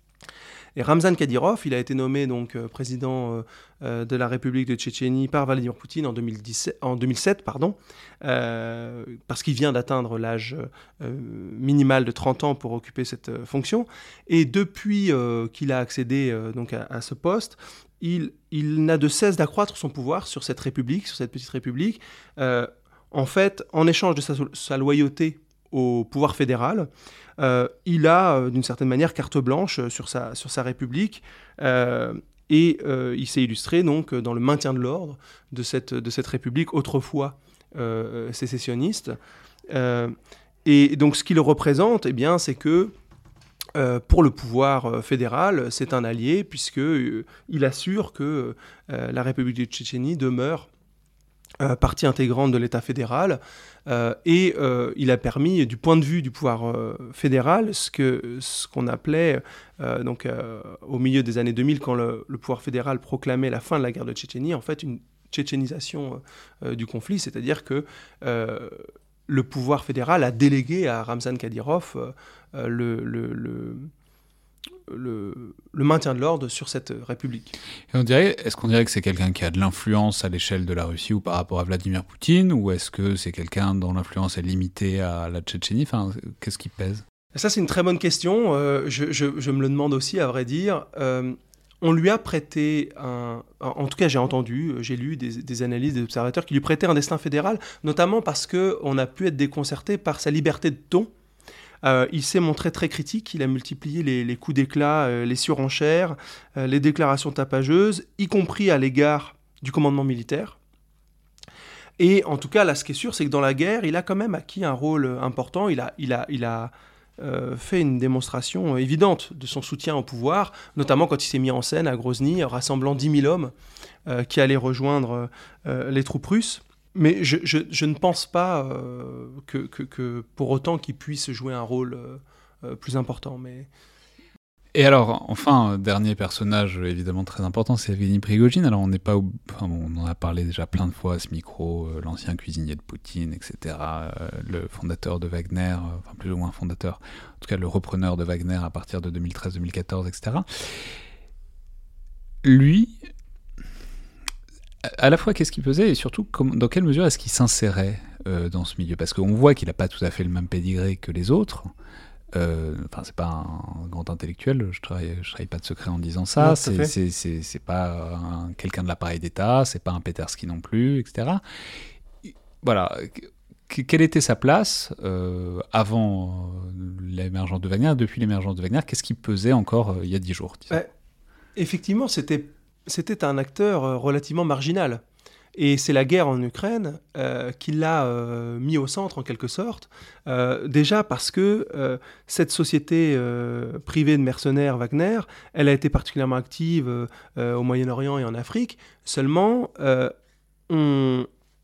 Et Ramzan Kadyrov, il a été nommé donc euh, président euh, de la République de Tchétchénie par Vladimir Poutine en, deux mille dix-sept, en deux mille sept, pardon, euh, parce qu'il vient d'atteindre l'âge euh, minimal de trente ans pour occuper cette euh, fonction. Et depuis euh, qu'il a accédé euh, donc à, à ce poste, il, il n'a de cesse d'accroître son pouvoir sur cette république, sur cette petite république. Euh, en fait, en échange de sa, sa loyauté au pouvoir fédéral, euh, il a, euh, d'une certaine manière, carte blanche sur sa, sur sa République, euh, et euh, il s'est illustré donc dans le maintien de l'ordre de cette, de cette République autrefois euh, sécessionniste. Euh, et donc ce qu'il représente, eh bien, c'est que euh, pour le pouvoir fédéral, c'est un allié, puisqu'il euh, assure que euh, la République de Tchétchénie demeure Euh, partie intégrante de l'État fédéral, euh, et euh, il a permis, du point de vue du pouvoir euh, fédéral, ce, que, ce qu'on appelait, euh, donc, euh, au milieu des années deux mille, quand le, le pouvoir fédéral proclamait la fin de la guerre de Tchétchénie, en fait une tchétchénisation euh, du conflit, c'est-à-dire que euh, le pouvoir fédéral a délégué à Ramzan Kadyrov euh, le... le, le Le, le maintien de l'ordre sur cette république. Et on dirait, est-ce qu'on dirait que c'est quelqu'un qui a de l'influence à l'échelle de la Russie ou par rapport à Vladimir Poutine, ou est-ce que c'est quelqu'un dont l'influence est limitée à la Tchétchénie? Enfin, qu'est-ce qui pèse? Ça, c'est une très bonne question. Euh, je, je, je me le demande aussi, à vrai dire. Euh, on lui a prêté, un, en tout cas j'ai entendu, j'ai lu des, des analyses, des observateurs qui lui prêtaient un destin fédéral, notamment parce qu'on a pu être déconcerté par sa liberté de ton. Euh, il s'est montré très critique, il a multiplié les, les coups d'éclat, euh, les surenchères, euh, les déclarations tapageuses, y compris à l'égard du commandement militaire. Et en tout cas, là, ce qui est sûr, c'est que dans la guerre, il a quand même acquis un rôle important. Il a, il a, il a euh, fait une démonstration évidente de son soutien au pouvoir, notamment quand il s'est mis en scène à Grozny, rassemblant dix mille hommes euh, qui allaient rejoindre euh, les troupes russes. Mais je, je, je ne pense pas euh, que, que, que pour autant qu'il puisse jouer un rôle euh, plus important. Mais... Et alors, enfin, dernier personnage évidemment très important, c'est Yevgeny Prigojine. Alors on n'est pas, au... enfin, bon, on en a parlé déjà plein de fois à ce micro, euh, l'ancien cuisinier de Poutine, et cetera. Euh, le fondateur de Wagner, euh, enfin plus ou moins fondateur, en tout cas le repreneur de Wagner à partir de deux mille treize deux mille quatorze, et cetera. lui, à la fois qu'est-ce qu'il faisait et surtout comme, dans quelle mesure est-ce qu'il s'insérait euh, dans ce milieu, parce qu'on voit qu'il n'a pas tout à fait le même pédigré que les autres. Euh, enfin, c'est pas un grand intellectuel, je travaille, je travaille pas de secret en disant ça. Non, c'est, c'est, c'est, c'est pas un, quelqu'un de l'appareil d'État, c'est pas un Petersky non plus, et cetera. Voilà. Quelle était sa place euh, avant l'émergence de Wagner, depuis l'émergence de Wagner? Qu'est-ce qui pesait encore euh, il y a dix jours ouais, effectivement, c'était, c'était un acteur euh, relativement marginal. Et c'est la guerre en Ukraine euh, qui l'a euh, mis au centre, en quelque sorte. Euh, déjà parce que euh, cette société euh, privée de mercenaires Wagner, elle a été particulièrement active euh, au Moyen-Orient et en Afrique. Seulement, euh, on...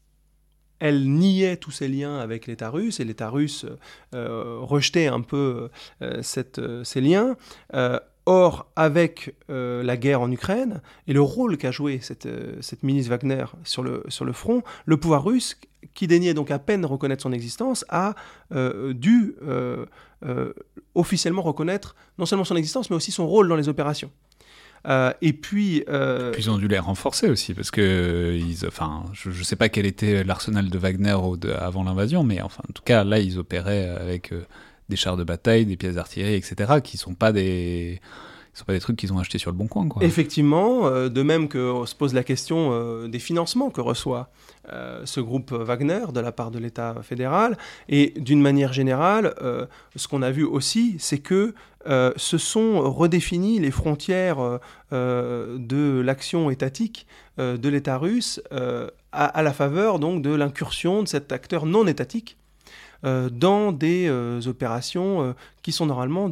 elle niait tous ses liens avec l'État russe, et l'État russe euh, rejetait un peu euh, cette, euh, ces liens. Euh, Or, avec euh, la guerre en Ukraine et le rôle qu'a joué cette, euh, cette milice Wagner sur le, sur le front, le pouvoir russe, qui daignait donc à peine reconnaître son existence, a euh, dû euh, euh, officiellement reconnaître non seulement son existence, mais aussi son rôle dans les opérations. Euh, et puis, euh... puis ils ont dû les renforcer aussi, parce que ils, enfin, je ne sais pas quel était l'arsenal de Wagner au, de, avant l'invasion, mais enfin, en tout cas, là, ils opéraient avec... Euh, des chars de bataille, des pièces d'artillerie, et cetera, qui sont pas des, qui sont pas des trucs qu'ils ont achetés sur le bon coin, quoi. Effectivement, euh, de même qu'on se pose la question euh, des financements que reçoit euh, ce groupe Wagner de la part de l'État fédéral, et d'une manière générale, euh, ce qu'on a vu aussi, c'est que euh, se sont redéfinies les frontières euh, de l'action étatique euh, de l'État russe euh, à, à la faveur donc de l'incursion de cet acteur non étatique Euh, dans des euh, opérations euh, qui sont normalement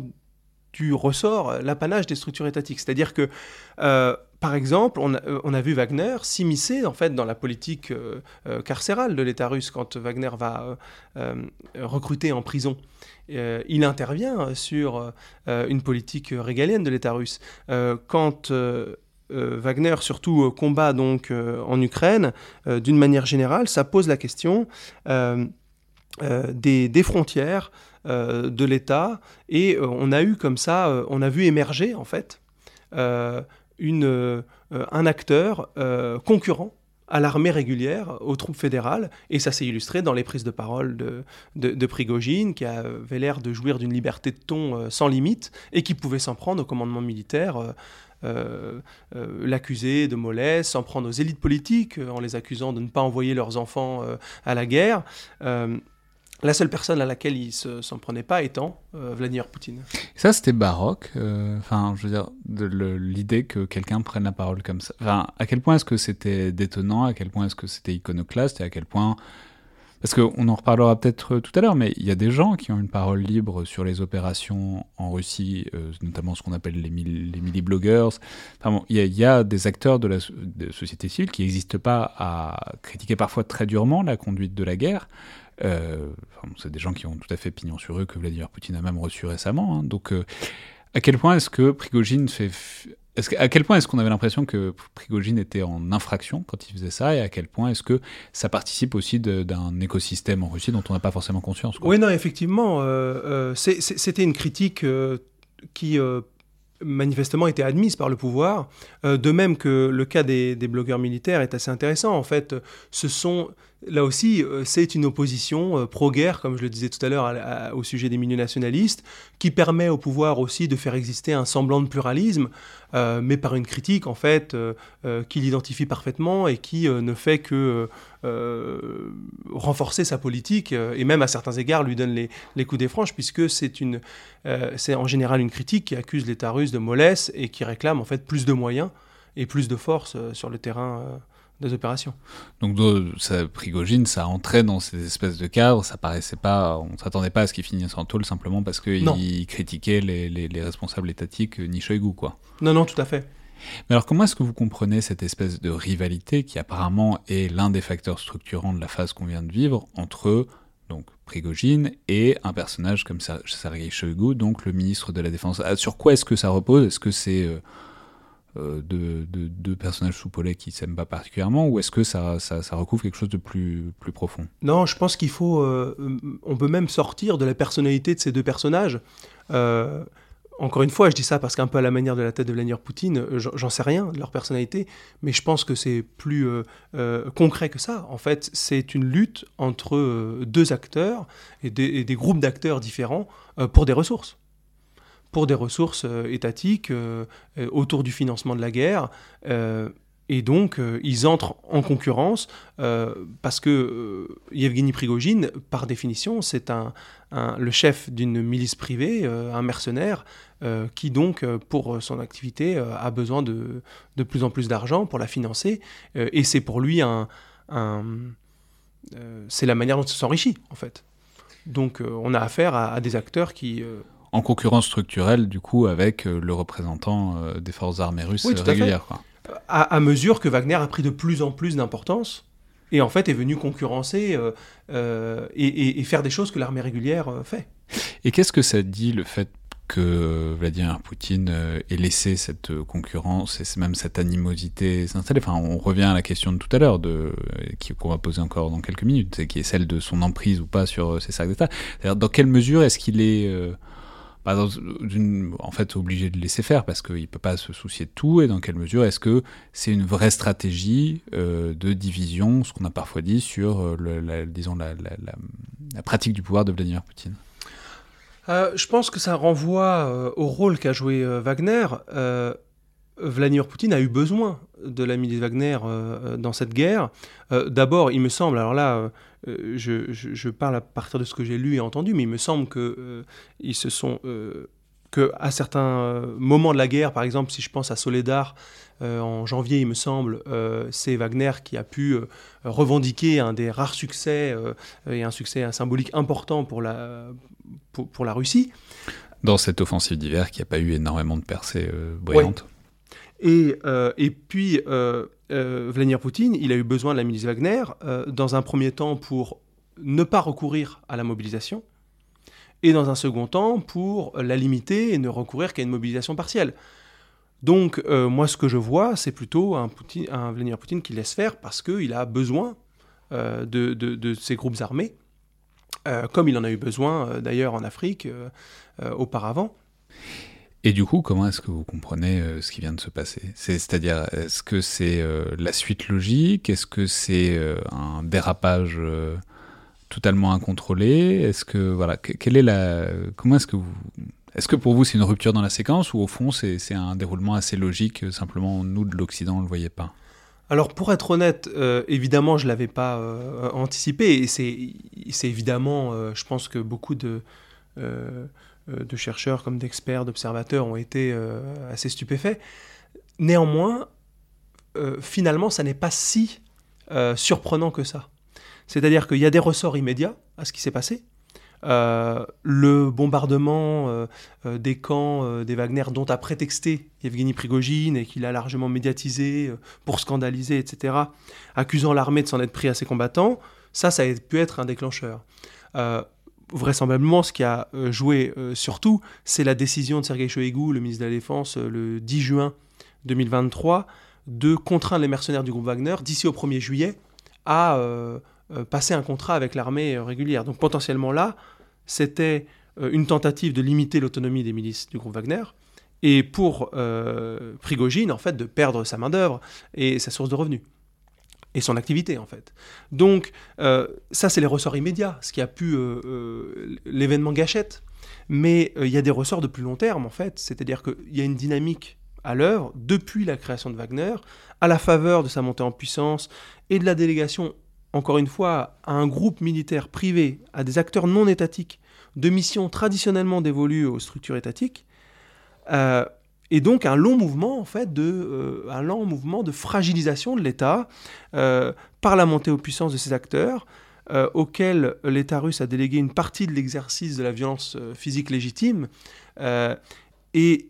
du ressort, l'apanage des structures étatiques. C'est-à-dire que, euh, par exemple, on a, on a vu Wagner s'immiscer en fait, dans la politique euh, euh, carcérale de l'État russe quand Wagner va euh, euh, recruter en prison. Euh, il intervient sur euh, une politique régalienne de l'État russe. Euh, quand... Euh, Euh, Wagner surtout euh, combat donc euh, en Ukraine, euh, d'une manière générale, ça pose la question euh, Euh, des, des frontières euh, de l'État, et euh, on a eu comme ça, euh, on a vu émerger en fait euh, une, euh, un acteur euh, concurrent à l'armée régulière, aux troupes fédérales, et ça s'est illustré dans les prises de parole de, de, de Prigojine, qui avait l'air de jouir d'une liberté de ton euh, sans limite, et qui pouvait s'en prendre au commandement militaire, euh, Euh, euh, l'accuser de mollesse, s'en prendre aux élites politiques euh, en les accusant de ne pas envoyer leurs enfants euh, à la guerre. Euh, la seule personne à laquelle il ne s'en prenait pas étant euh, Vladimir Poutine. Ça, c'était baroque. Enfin, euh, je veux dire, de le, l'idée que quelqu'un prenne la parole comme ça. Enfin, à quel point est-ce que c'était détonnant, à quel point est-ce que c'était iconoclaste, et à quel point... Parce qu'on en reparlera peut-être tout à l'heure, mais il y a des gens qui ont une parole libre sur les opérations en Russie, euh, notamment ce qu'on appelle les, mili- les mili-blogueurs. Enfin bon, il y, a, il y a des acteurs de la de société civile qui n'hésitent pas à critiquer parfois très durement la conduite de la guerre. Euh, enfin, bon, c'est des gens qui ont tout à fait pignon sur eux, que Vladimir Poutine a même reçu récemment. Hein. Donc, euh, à quel point est-ce que Prigojine fait... F... Est-ce que, à quel point est-ce qu'on avait l'impression que Prigojine était en infraction quand il faisait ça, et à quel point est-ce que ça participe aussi de, d'un écosystème en Russie dont on n'a pas forcément conscience, quoi. Oui, non, effectivement, euh, euh, c'est, c'est, c'était une critique euh, qui euh, manifestement était admise par le pouvoir, euh, de même que le cas des, des blogueurs militaires est assez intéressant. En fait, ce sont... Là aussi, c'est une opposition pro-guerre, comme je le disais tout à l'heure, à, à, au sujet des milieux nationalistes, qui permet au pouvoir aussi de faire exister un semblant de pluralisme, euh, mais par une critique, en fait, euh, euh, qui l'identifie parfaitement et qui euh, ne fait que euh, renforcer sa politique, euh, et même à certains égards lui donne les, les coups des franches, puisque c'est, une, euh, c'est en général une critique qui accuse l'État russe de mollesse et qui réclame en fait plus de moyens et plus de force euh, sur le terrain euh, des opérations. Donc ça, Prigojine, ça entrait dans ces espèces de cadres, ça paraissait pas, on s'attendait pas à ce qu'il finisse en tôle simplement parce qu'il critiquait les, les, les responsables étatiques ni Shoigu, quoi. Non, non, tout à fait. Mais alors comment est-ce que vous comprenez cette espèce de rivalité qui apparemment est l'un des facteurs structurants de la phase qu'on vient de vivre entre donc Prigojine et un personnage comme Sergei Shoigu, donc le ministre de la Défense? Sur quoi est-ce que ça repose? Est-ce que c'est... Euh, Euh, de, de, de personnages soupolés qui s'aiment pas particulièrement, ou est-ce que ça, ça, ça recouvre quelque chose de plus, plus profond? Non, je pense qu'il faut... Euh, on peut même sortir de la personnalité de ces deux personnages. Euh, encore une fois, je dis ça parce qu'un peu à la manière de la tête de Vladimir Poutine, j'en sais rien de leur personnalité, mais je pense que c'est plus euh, euh, concret que ça. En fait, c'est une lutte entre euh, deux acteurs et des, et des groupes d'acteurs différents euh, pour des ressources. Pour des ressources euh, étatiques euh, euh, autour du financement de la guerre. Euh, et donc, euh, ils entrent en concurrence euh, parce que euh, Yevgeny Prigojine, par définition, c'est un, un, le chef d'une milice privée, euh, un mercenaire, euh, qui donc, euh, pour son activité, euh, a besoin de, de plus en plus d'argent pour la financer. Euh, et c'est pour lui un... un euh, c'est la manière dont il s'enrichit, en fait. Donc, euh, on a affaire à, à des acteurs qui... Euh, en concurrence structurelle, du coup, avec euh, le représentant euh, des forces armées russes oui, euh, régulières. Quoi. À, à mesure que Wagner a pris de plus en plus d'importance et en fait est venu concurrencer euh, euh, et, et, et faire des choses que l'armée régulière euh, fait. Et qu'est-ce que ça dit, le fait que Vladimir Poutine euh, ait laissé cette concurrence et même cette animosité s'installer? Enfin, on revient à la question de tout à l'heure, de, qui, qu'on va poser encore dans quelques minutes, qui est celle de son emprise ou pas sur euh, ses cercles d'État. C'est-à-dire, dans quelle mesure est-ce qu'il est... Euh, Bah dans une, en fait, obligé de laisser faire parce qu'il ne peut pas se soucier de tout, et dans quelle mesure est-ce que c'est une vraie stratégie euh, de division, ce qu'on a parfois dit sur le, la, disons, la, la, la, la pratique du pouvoir de Vladimir Poutine? euh, Je pense que ça renvoie euh, au rôle qu'a joué euh, Wagner. Euh, Vladimir Poutine a eu besoin de la milice Wagner euh, dans cette guerre. Euh, d'abord, il me semble, alors là, euh, je, je, je parle à partir de ce que j'ai lu et entendu, mais il me semble que euh, ils se sont, euh, que à certains moments de la guerre, par exemple, si je pense à Soledar euh, en janvier, il me semble, euh, c'est Wagner qui a pu euh, revendiquer un des rares succès euh, et un succès un symbolique important pour la pour, pour la Russie. Dans cette offensive d'hiver qui n'a pas eu énormément de percées euh, brillantes. Ouais. Et, euh, et puis, euh, euh, Vladimir Poutine, il a eu besoin de la milice Wagner, euh, dans un premier temps pour ne pas recourir à la mobilisation, et dans un second temps pour la limiter et ne recourir qu'à une mobilisation partielle. Donc, euh, moi, ce que je vois, c'est plutôt un, Poutine, un Vladimir Poutine qui laisse faire parce qu'il a besoin euh, de, de, de ces groupes armés, euh, comme il en a eu besoin, euh, d'ailleurs, en Afrique, euh, euh, auparavant. Et du coup, comment est-ce que vous comprenez euh, ce qui vient de se passer? c'est, C'est-à-dire, est-ce que c'est euh, la suite logique? Est-ce que c'est euh, un dérapage euh, totalement incontrôlé? Est-ce que, voilà, que, quelle est la... Comment est-ce que vous... Est-ce que pour vous, c'est une rupture dans la séquence, ou au fond, c'est, c'est un déroulement assez logique, simplement, nous, de l'Occident, on ne le voyait pas? Alors, pour être honnête, euh, évidemment, je ne l'avais pas euh, anticipé, et c'est, c'est évidemment, euh, je pense que beaucoup de... Euh, de chercheurs comme d'experts, d'observateurs ont été euh, assez stupéfaits. Néanmoins, euh, finalement, ça n'est pas si euh, surprenant que ça. C'est-à-dire qu'il y a des ressorts immédiats à ce qui s'est passé. Euh, le bombardement euh, euh, des camps euh, des Wagner dont a prétexté Yevgeny Prigojine et qu'il a largement médiatisé euh, pour scandaliser, et cetera, accusant l'armée de s'en être pris à ses combattants, ça, ça a pu être un déclencheur. Euh, Vraisemblablement, ce qui a euh, joué euh, surtout, c'est la décision de Sergueï Shoïgu, le ministre de la Défense, euh, le dix juin deux mille vingt-trois, de contraindre les mercenaires du groupe Wagner, d'ici au premier juillet, à euh, euh, passer un contrat avec l'armée euh, régulière. Donc potentiellement là, c'était euh, une tentative de limiter l'autonomie des milices du groupe Wagner, et pour euh, Prigojine, en fait, de perdre sa main-d'œuvre et sa source de revenus. Et son activité, en fait. Donc, euh, ça, c'est les ressorts immédiats, ce qui a pu euh, euh, l'événement gâchette. Mais il euh, y a des ressorts de plus long terme, en fait. C'est-à-dire qu'il y a une dynamique à l'œuvre depuis la création de Wagner, à la faveur de sa montée en puissance et de la délégation, encore une fois, à un groupe militaire privé, à des acteurs non étatiques, de missions traditionnellement dévolues aux structures étatiques. Euh, Et donc un long mouvement, en fait, de, euh, un lent mouvement de fragilisation de l'État euh, par la montée aux puissances de ces acteurs, euh, auxquels l'État russe a délégué une partie de l'exercice de la violence euh, physique légitime. Euh, et,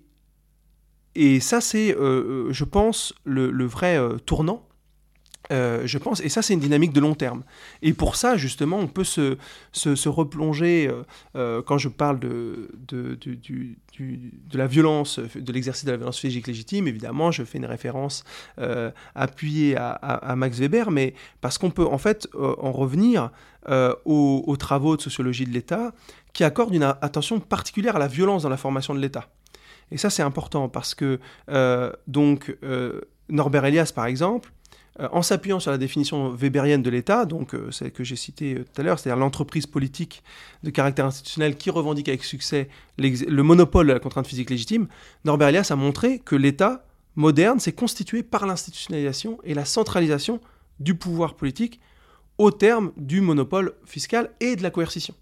et ça, c'est, euh, je pense, le, le vrai euh, tournant. Euh, je pense, et ça c'est une dynamique de long terme. Et pour ça, justement, on peut se, se, se replonger, euh, euh, quand je parle de, de, de, du, du, de la violence, de l'exercice de la violence physique légitime, évidemment, je fais une référence euh, appuyée à, à, à Max Weber, mais parce qu'on peut en fait euh, en revenir euh, aux, aux travaux de sociologie de l'État qui accordent une attention particulière à la violence dans la formation de l'État. Et ça, c'est important parce que euh, donc, euh, Norbert Elias, par exemple, euh, en s'appuyant sur la définition weberienne de l'État, donc euh, celle que j'ai citée euh, tout à l'heure, c'est-à-dire l'entreprise politique de caractère institutionnel qui revendique avec succès le monopole de la contrainte physique légitime, Norbert Elias a montré que l'État moderne s'est constitué par l'institutionnalisation et la centralisation du pouvoir politique au terme du monopole fiscal et de la coercition.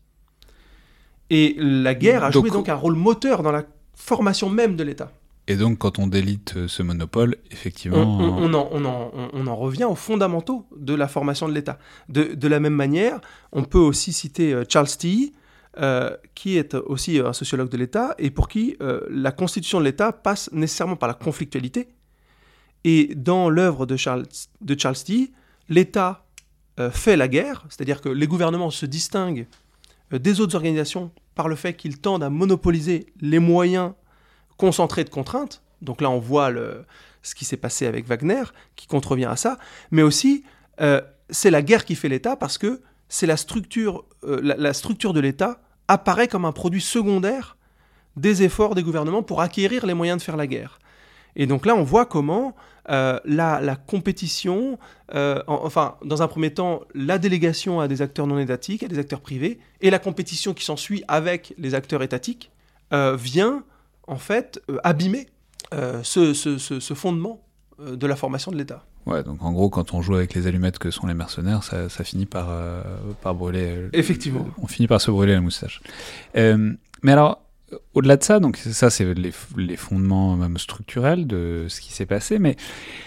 Et la guerre a donc, joué donc un rôle moteur dans la formation même de l'État. Et donc, quand on délite ce monopole, effectivement... On, on, on, en, on, en, on en revient aux fondamentaux de la formation de l'État. De, de la même manière, on peut aussi citer Charles Stee, euh, qui est aussi un sociologue de l'État, et pour qui euh, la constitution de l'État passe nécessairement par la conflictualité. Et dans l'œuvre de Charles, de Charles Stee, l'État euh, fait la guerre, c'est-à-dire que les gouvernements se distinguent euh, des autres organisations par le fait qu'ils tendent à monopoliser les moyens concentrés de contraintes. Donc là, on voit le, ce qui s'est passé avec Wagner, qui contrevient à ça. Mais aussi, euh, c'est la guerre qui fait l'État parce que c'est la structure, euh, la, la structure de l'État apparaît comme un produit secondaire des efforts des gouvernements pour acquérir les moyens de faire la guerre. Et donc là, on voit comment euh, la, la compétition, euh, en, enfin, dans un premier temps, la délégation à des acteurs non étatiques, à des acteurs privés, et la compétition qui s'ensuit avec les acteurs étatiques, euh, vient en fait euh, abîmer euh, ce, ce, ce, ce fondement euh, de la formation de l'État. Ouais, donc en gros, quand on joue avec les allumettes que sont les mercenaires, ça, ça finit par, euh, par brûler... Euh, Effectivement. On finit par se brûler la moustache. Euh, mais alors... Au-delà de ça, donc ça c'est les, les fondements même structurels de ce qui s'est passé, mais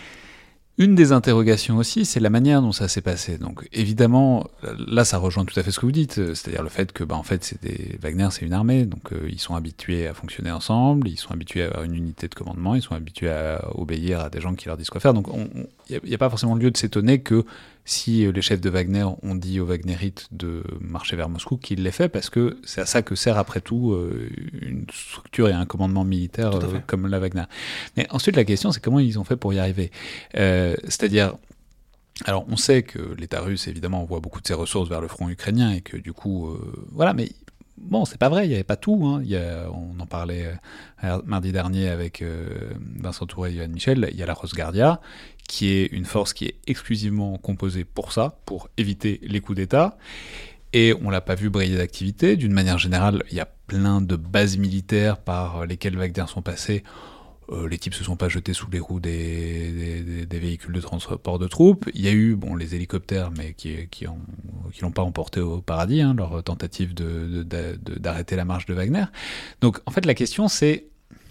une des interrogations aussi, c'est la manière dont ça s'est passé. Donc évidemment, là ça rejoint tout à fait ce que vous dites, c'est-à-dire le fait que bah, en fait, c'est des... Wagner c'est une armée, donc euh, ils sont habitués à fonctionner ensemble, ils sont habitués à avoir une unité de commandement, ils sont habitués à obéir à des gens qui leur disent quoi faire. Donc il n'y a, a pas forcément lieu de s'étonner que si les chefs de Wagner ont dit aux Wagnerites de marcher vers Moscou, qu'ils l'aient fait, parce que c'est à ça que sert après tout euh, une structure et un commandement militaire euh, comme la Wagner. Mais ensuite, la question, c'est comment ils ont fait pour y arriver. Euh, c'est-à-dire, alors on sait que l'État russe, évidemment, envoie beaucoup de ses ressources vers le front ukrainien, et que du coup, euh, voilà, mais... Bon, c'est pas vrai, il n'y avait pas tout. Hein. Il y a, on en parlait euh, mardi dernier avec euh, Vincent Touré et Yohann Michel. Il y a la Rosguardia, qui est une force qui est exclusivement composée pour ça, pour éviter les coups d'État. Et on l'a pas vu briller d'activité. D'une manière générale, il y a plein de bases militaires par lesquelles Wagner sont passés. Euh, les types se sont pas jetés sous les roues des, des, des véhicules de transport de troupes. Il y a eu bon, les hélicoptères, mais qui, qui, ont, qui l'ont pas emporté au paradis, hein, leur tentative de, de, de, d'arrêter la marche de Wagner. Donc en fait la question c'est,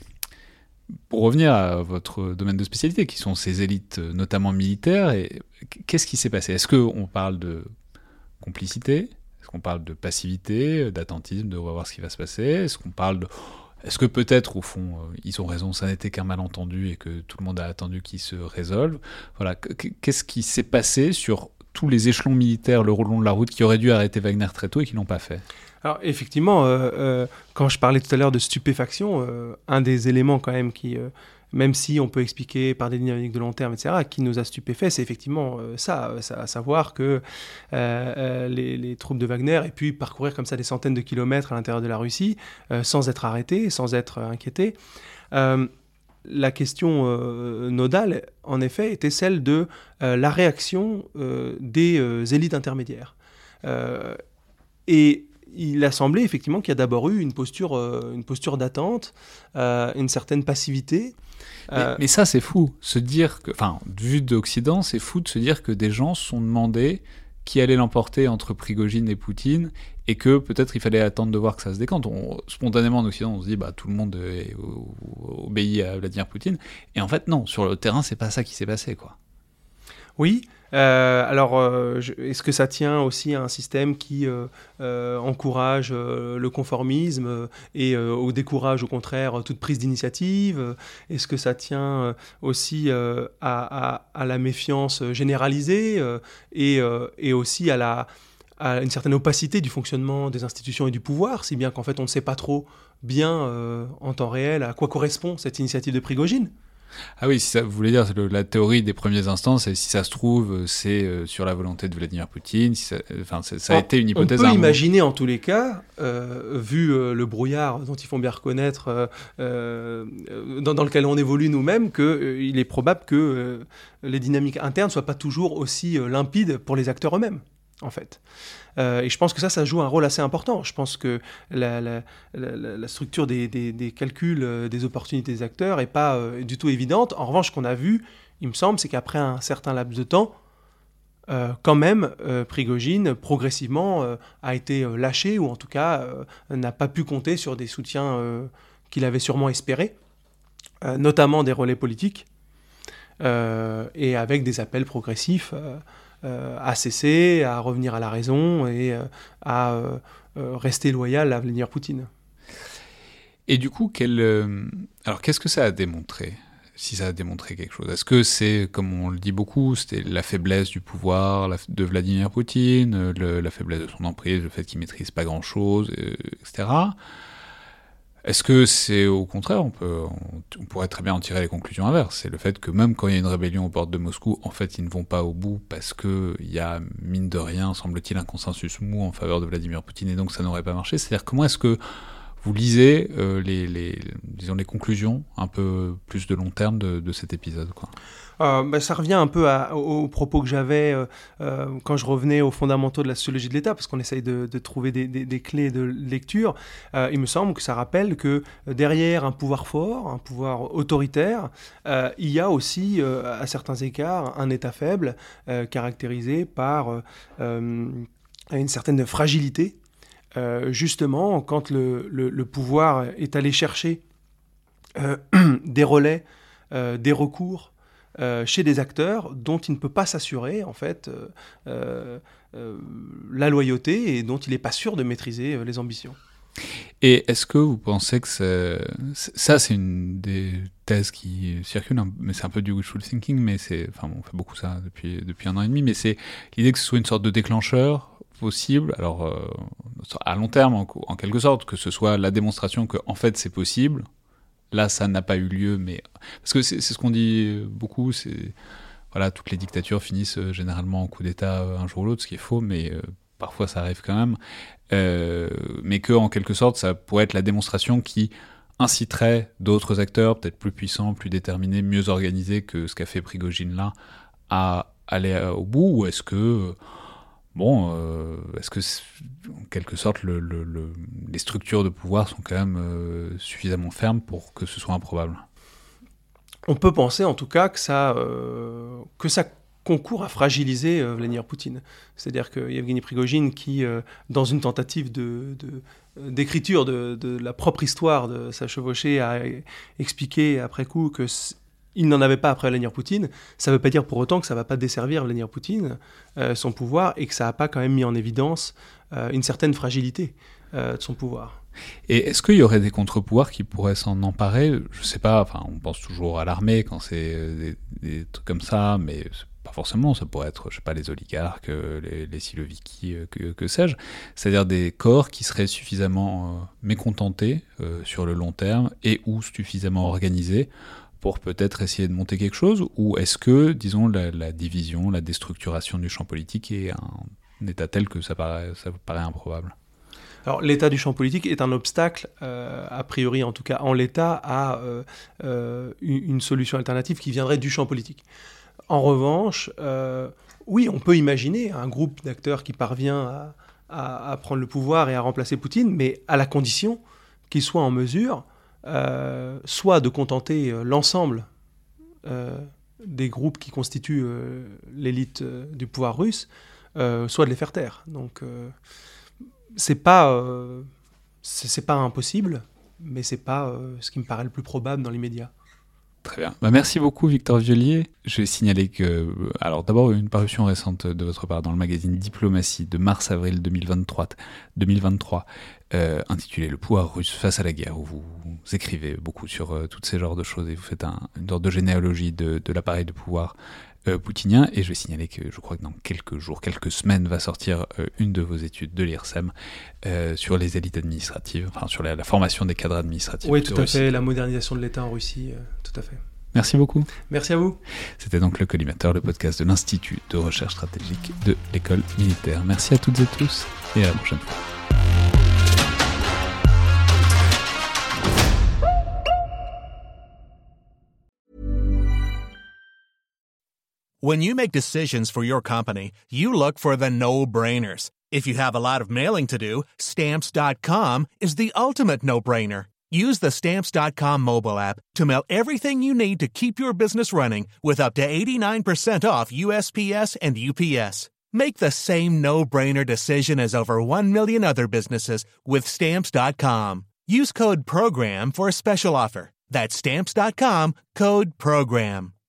pour revenir à votre domaine de spécialité, qui sont ces élites notamment militaires, et qu'est-ce qui s'est passé ? Est-ce qu'on parle de complicité ? Est-ce qu'on parle de passivité, d'attentisme, de on va voir ce qui va se passer ? Est-ce qu'on parle de... Est-ce que peut-être, au fond, euh, ils ont raison, ça n'était qu'un malentendu et que tout le monde a attendu qu'il se résolve ? Voilà, qu'est-ce qui s'est passé sur tous les échelons militaires le long de la route qui auraient dû arrêter Wagner très tôt et qui ne l'ont pas fait ? Alors effectivement, euh, euh, quand je parlais tout à l'heure de stupéfaction, euh, un des éléments quand même qui... Euh, même si on peut expliquer par des dynamiques de long terme, et cetera, qui nous a stupéfaits, c'est effectivement euh, ça, ça, à savoir que euh, euh, les, les troupes de Wagner aient pu parcourir comme ça des centaines de kilomètres à l'intérieur de la Russie, euh, sans être arrêtés, sans être inquiétés. Euh, la question euh, nodale, en effet, était celle de euh, la réaction euh, des euh, élites intermédiaires. Euh, et il a semblé effectivement qu'il y a d'abord eu une posture, euh, une posture d'attente, euh, une certaine passivité. Euh... Mais, mais ça, c'est fou. Se dire que, enfin, vu d'Occident, c'est fou de se dire que des gens se sont demandé qui allait l'emporter entre Prigojine et Poutine, et que peut-être il fallait attendre de voir que ça se décante. On, spontanément, en Occident, on se dit bah tout le monde est, obéit à Vladimir Poutine, et en fait non. Sur le terrain, c'est pas ça qui s'est passé, quoi. Oui. Euh, alors, euh, je, est-ce que ça tient aussi à un système qui euh, euh, encourage euh, le conformisme euh, et euh, au décourage, au contraire, toute prise d'initiative ? Est-ce que ça tient euh, aussi euh, à, à, à la méfiance généralisée euh, et, euh, et aussi à, la, à une certaine opacité du fonctionnement des institutions et du pouvoir, si bien qu'en fait, on ne sait pas trop bien euh, en temps réel à quoi correspond cette initiative de Prigojine ? Ah oui, si ça, vous voulez dire le, la théorie des premiers instants, c'est si ça se trouve, c'est euh, sur la volonté de Vladimir Poutine. Si ça, enfin, ça, ça a on, été une hypothèse. On peut imaginer en tous les cas, euh, vu euh, le brouillard dont il faut bien reconnaître, euh, euh, dans, dans lequel on évolue nous-mêmes, qu'il euh, est probable que euh, les dynamiques internes ne soient pas toujours aussi euh, limpides pour les acteurs eux-mêmes, en fait. Euh, et je pense que ça, ça joue un rôle assez important. Je pense que la, la, la, la structure des, des, des calculs, euh, des opportunités des acteurs n'est pas euh, du tout évidente. En revanche, ce qu'on a vu, il me semble, c'est qu'après un certain laps de temps, euh, quand même, euh, Prigojine, progressivement, euh, a été euh, lâché, ou en tout cas, euh, n'a pas pu compter sur des soutiens euh, qu'il avait sûrement espérés, euh, notamment des relais politiques, euh, et avec des appels progressifs euh, Euh, à cesser, à revenir à la raison et euh, à euh, euh, rester loyal à Vladimir Poutine. Et du coup, quel, euh, alors qu'est-ce que ça a démontré, si ça a démontré quelque chose? Est-ce que c'est, comme on le dit beaucoup, c'était la faiblesse du pouvoir la, de Vladimir Poutine, le, la faiblesse de son emprise, le fait qu'il maîtrise pas grand-chose, euh, et cetera. Est-ce que c'est au contraire, on, peut, on, on pourrait très bien en tirer les conclusions inverses. C'est le fait que même quand il y a une rébellion aux portes de Moscou, en fait, ils ne vont pas au bout parce qu'il y a, mine de rien, semble-t-il, un consensus mou en faveur de Vladimir Poutine et donc ça n'aurait pas marché. C'est-à-dire, comment est-ce que vous lisez euh, les, les, disons, les conclusions un peu plus de long terme de, de cet épisode, quoi? Euh, bah, ça revient un peu à, aux, aux propos que j'avais euh, euh, quand je revenais aux fondamentaux de la sociologie de l'État, parce qu'on essaye de, de trouver des, des, des clés de lecture. Euh, il me semble que ça rappelle que derrière un pouvoir fort, un pouvoir autoritaire, euh, il y a aussi, euh, à certains égards, un État faible, euh, caractérisé par euh, une certaine fragilité. Euh, justement, quand le, le, le pouvoir est allé chercher euh, des relais, euh, des recours, Euh, chez des acteurs dont il ne peut pas s'assurer en fait euh, euh, euh, la loyauté et dont il n'est pas sûr de maîtriser euh, les ambitions. Et est-ce que vous pensez que c'est... ça, c'est une des thèses qui circule, mais c'est un peu du wishful thinking, mais c'est, enfin, on fait beaucoup ça depuis depuis un an et demi, mais c'est l'idée que ce soit une sorte de déclencheur possible, alors euh, à long terme en, en quelque sorte, que ce soit la démonstration que en fait c'est possible. Là, ça n'a pas eu lieu, mais parce que c'est, c'est ce qu'on dit beaucoup, c'est voilà, toutes les dictatures finissent euh, généralement en coup d'État euh, un jour ou l'autre, ce qui est faux, mais euh, parfois ça arrive quand même. Euh, mais que en quelque sorte, ça pourrait être la démonstration qui inciterait d'autres acteurs, peut-être plus puissants, plus déterminés, mieux organisés que ce qu'a fait Prigojine là, à aller euh, au bout. Ou est-ce que euh, Bon, euh, est-ce que, en quelque sorte, le, le, le, les structures de pouvoir sont quand même euh, suffisamment fermes pour que ce soit improbable? On peut penser, en tout cas, que ça, euh, que ça concourt à fragiliser euh, Vladimir Poutine. C'est-à-dire que Yevgeny Prigojine, qui, euh, dans une tentative de, de, d'écriture de, de la propre histoire de sa chevauchée, a expliqué après coup que il n'en avait pas après Vladimir Poutine, ça ne veut pas dire pour autant que ça ne va pas desservir Vladimir Poutine, euh, son pouvoir, et que ça n'a pas quand même mis en évidence euh, une certaine fragilité euh, de son pouvoir. Et est-ce qu'il y aurait des contre-pouvoirs qui pourraient s'en emparer? Je ne sais pas, enfin, on pense toujours à l'armée quand c'est des, des trucs comme ça, mais pas forcément, ça pourrait être, je sais pas, les oligarques, les, les siloviki, que, que sais-je. C'est-à-dire des corps qui seraient suffisamment euh, mécontentés euh, sur le long terme et ou suffisamment organisés pour peut-être essayer de monter quelque chose, ou est-ce que, disons, la, la division, la déstructuration du champ politique est un état tel que ça paraît, ça paraît improbable? Alors, l'état du champ politique est un obstacle, euh, a priori en tout cas en l'état, à euh, euh, une solution alternative qui viendrait du champ politique. En revanche, euh, oui, on peut imaginer un groupe d'acteurs qui parvient à, à, à prendre le pouvoir et à remplacer Poutine, mais à la condition qu'il soit en mesure Euh, soit de contenter euh, l'ensemble euh, des groupes qui constituent euh, l'élite euh, du pouvoir russe, euh, soit de les faire taire. Donc, euh, c'est pas, euh, c'est, c'est pas impossible, mais c'est pas euh, ce qui me paraît le plus probable dans l'immédiat. Très bien. Bah, merci beaucoup, Victor Violier. Je vais signaler que, alors d'abord, une parution récente de votre part dans le magazine Diplomatie de mars-avril deux mille vingt-trois, deux mille vingt-trois euh, intitulé Le pouvoir russe face à la guerre, où vous, vous écrivez beaucoup sur euh, toutes ces genres de choses et vous faites un, une sorte de généalogie de, de l'appareil de pouvoir euh, poutinien. Et je vais signaler que je crois que dans quelques jours, quelques semaines, va sortir euh, une de vos études de l'I R S E M euh, sur les élites administratives, enfin sur la, la formation des cadres administratifs. Oui, tout de à Russie. fait, la modernisation de l'État en Russie, euh, tout à fait. Merci beaucoup. Merci à vous. C'était donc le Collimateur, le podcast de l'Institut de recherche stratégique de l'École militaire. Merci à toutes et tous et à la prochaine fois. When you make decisions for your company, you look for the no-brainers. If you have a lot of mailing to do, Stamps dot com is the ultimate no-brainer. Use the Stamps dot com mobile app to mail everything you need to keep your business running with up to eighty-nine percent off U S P S and U P S. Make the same no-brainer decision as over one million other businesses with Stamps dot com. Use code PROGRAM for a special offer. That's Stamps dot com, code PROGRAM.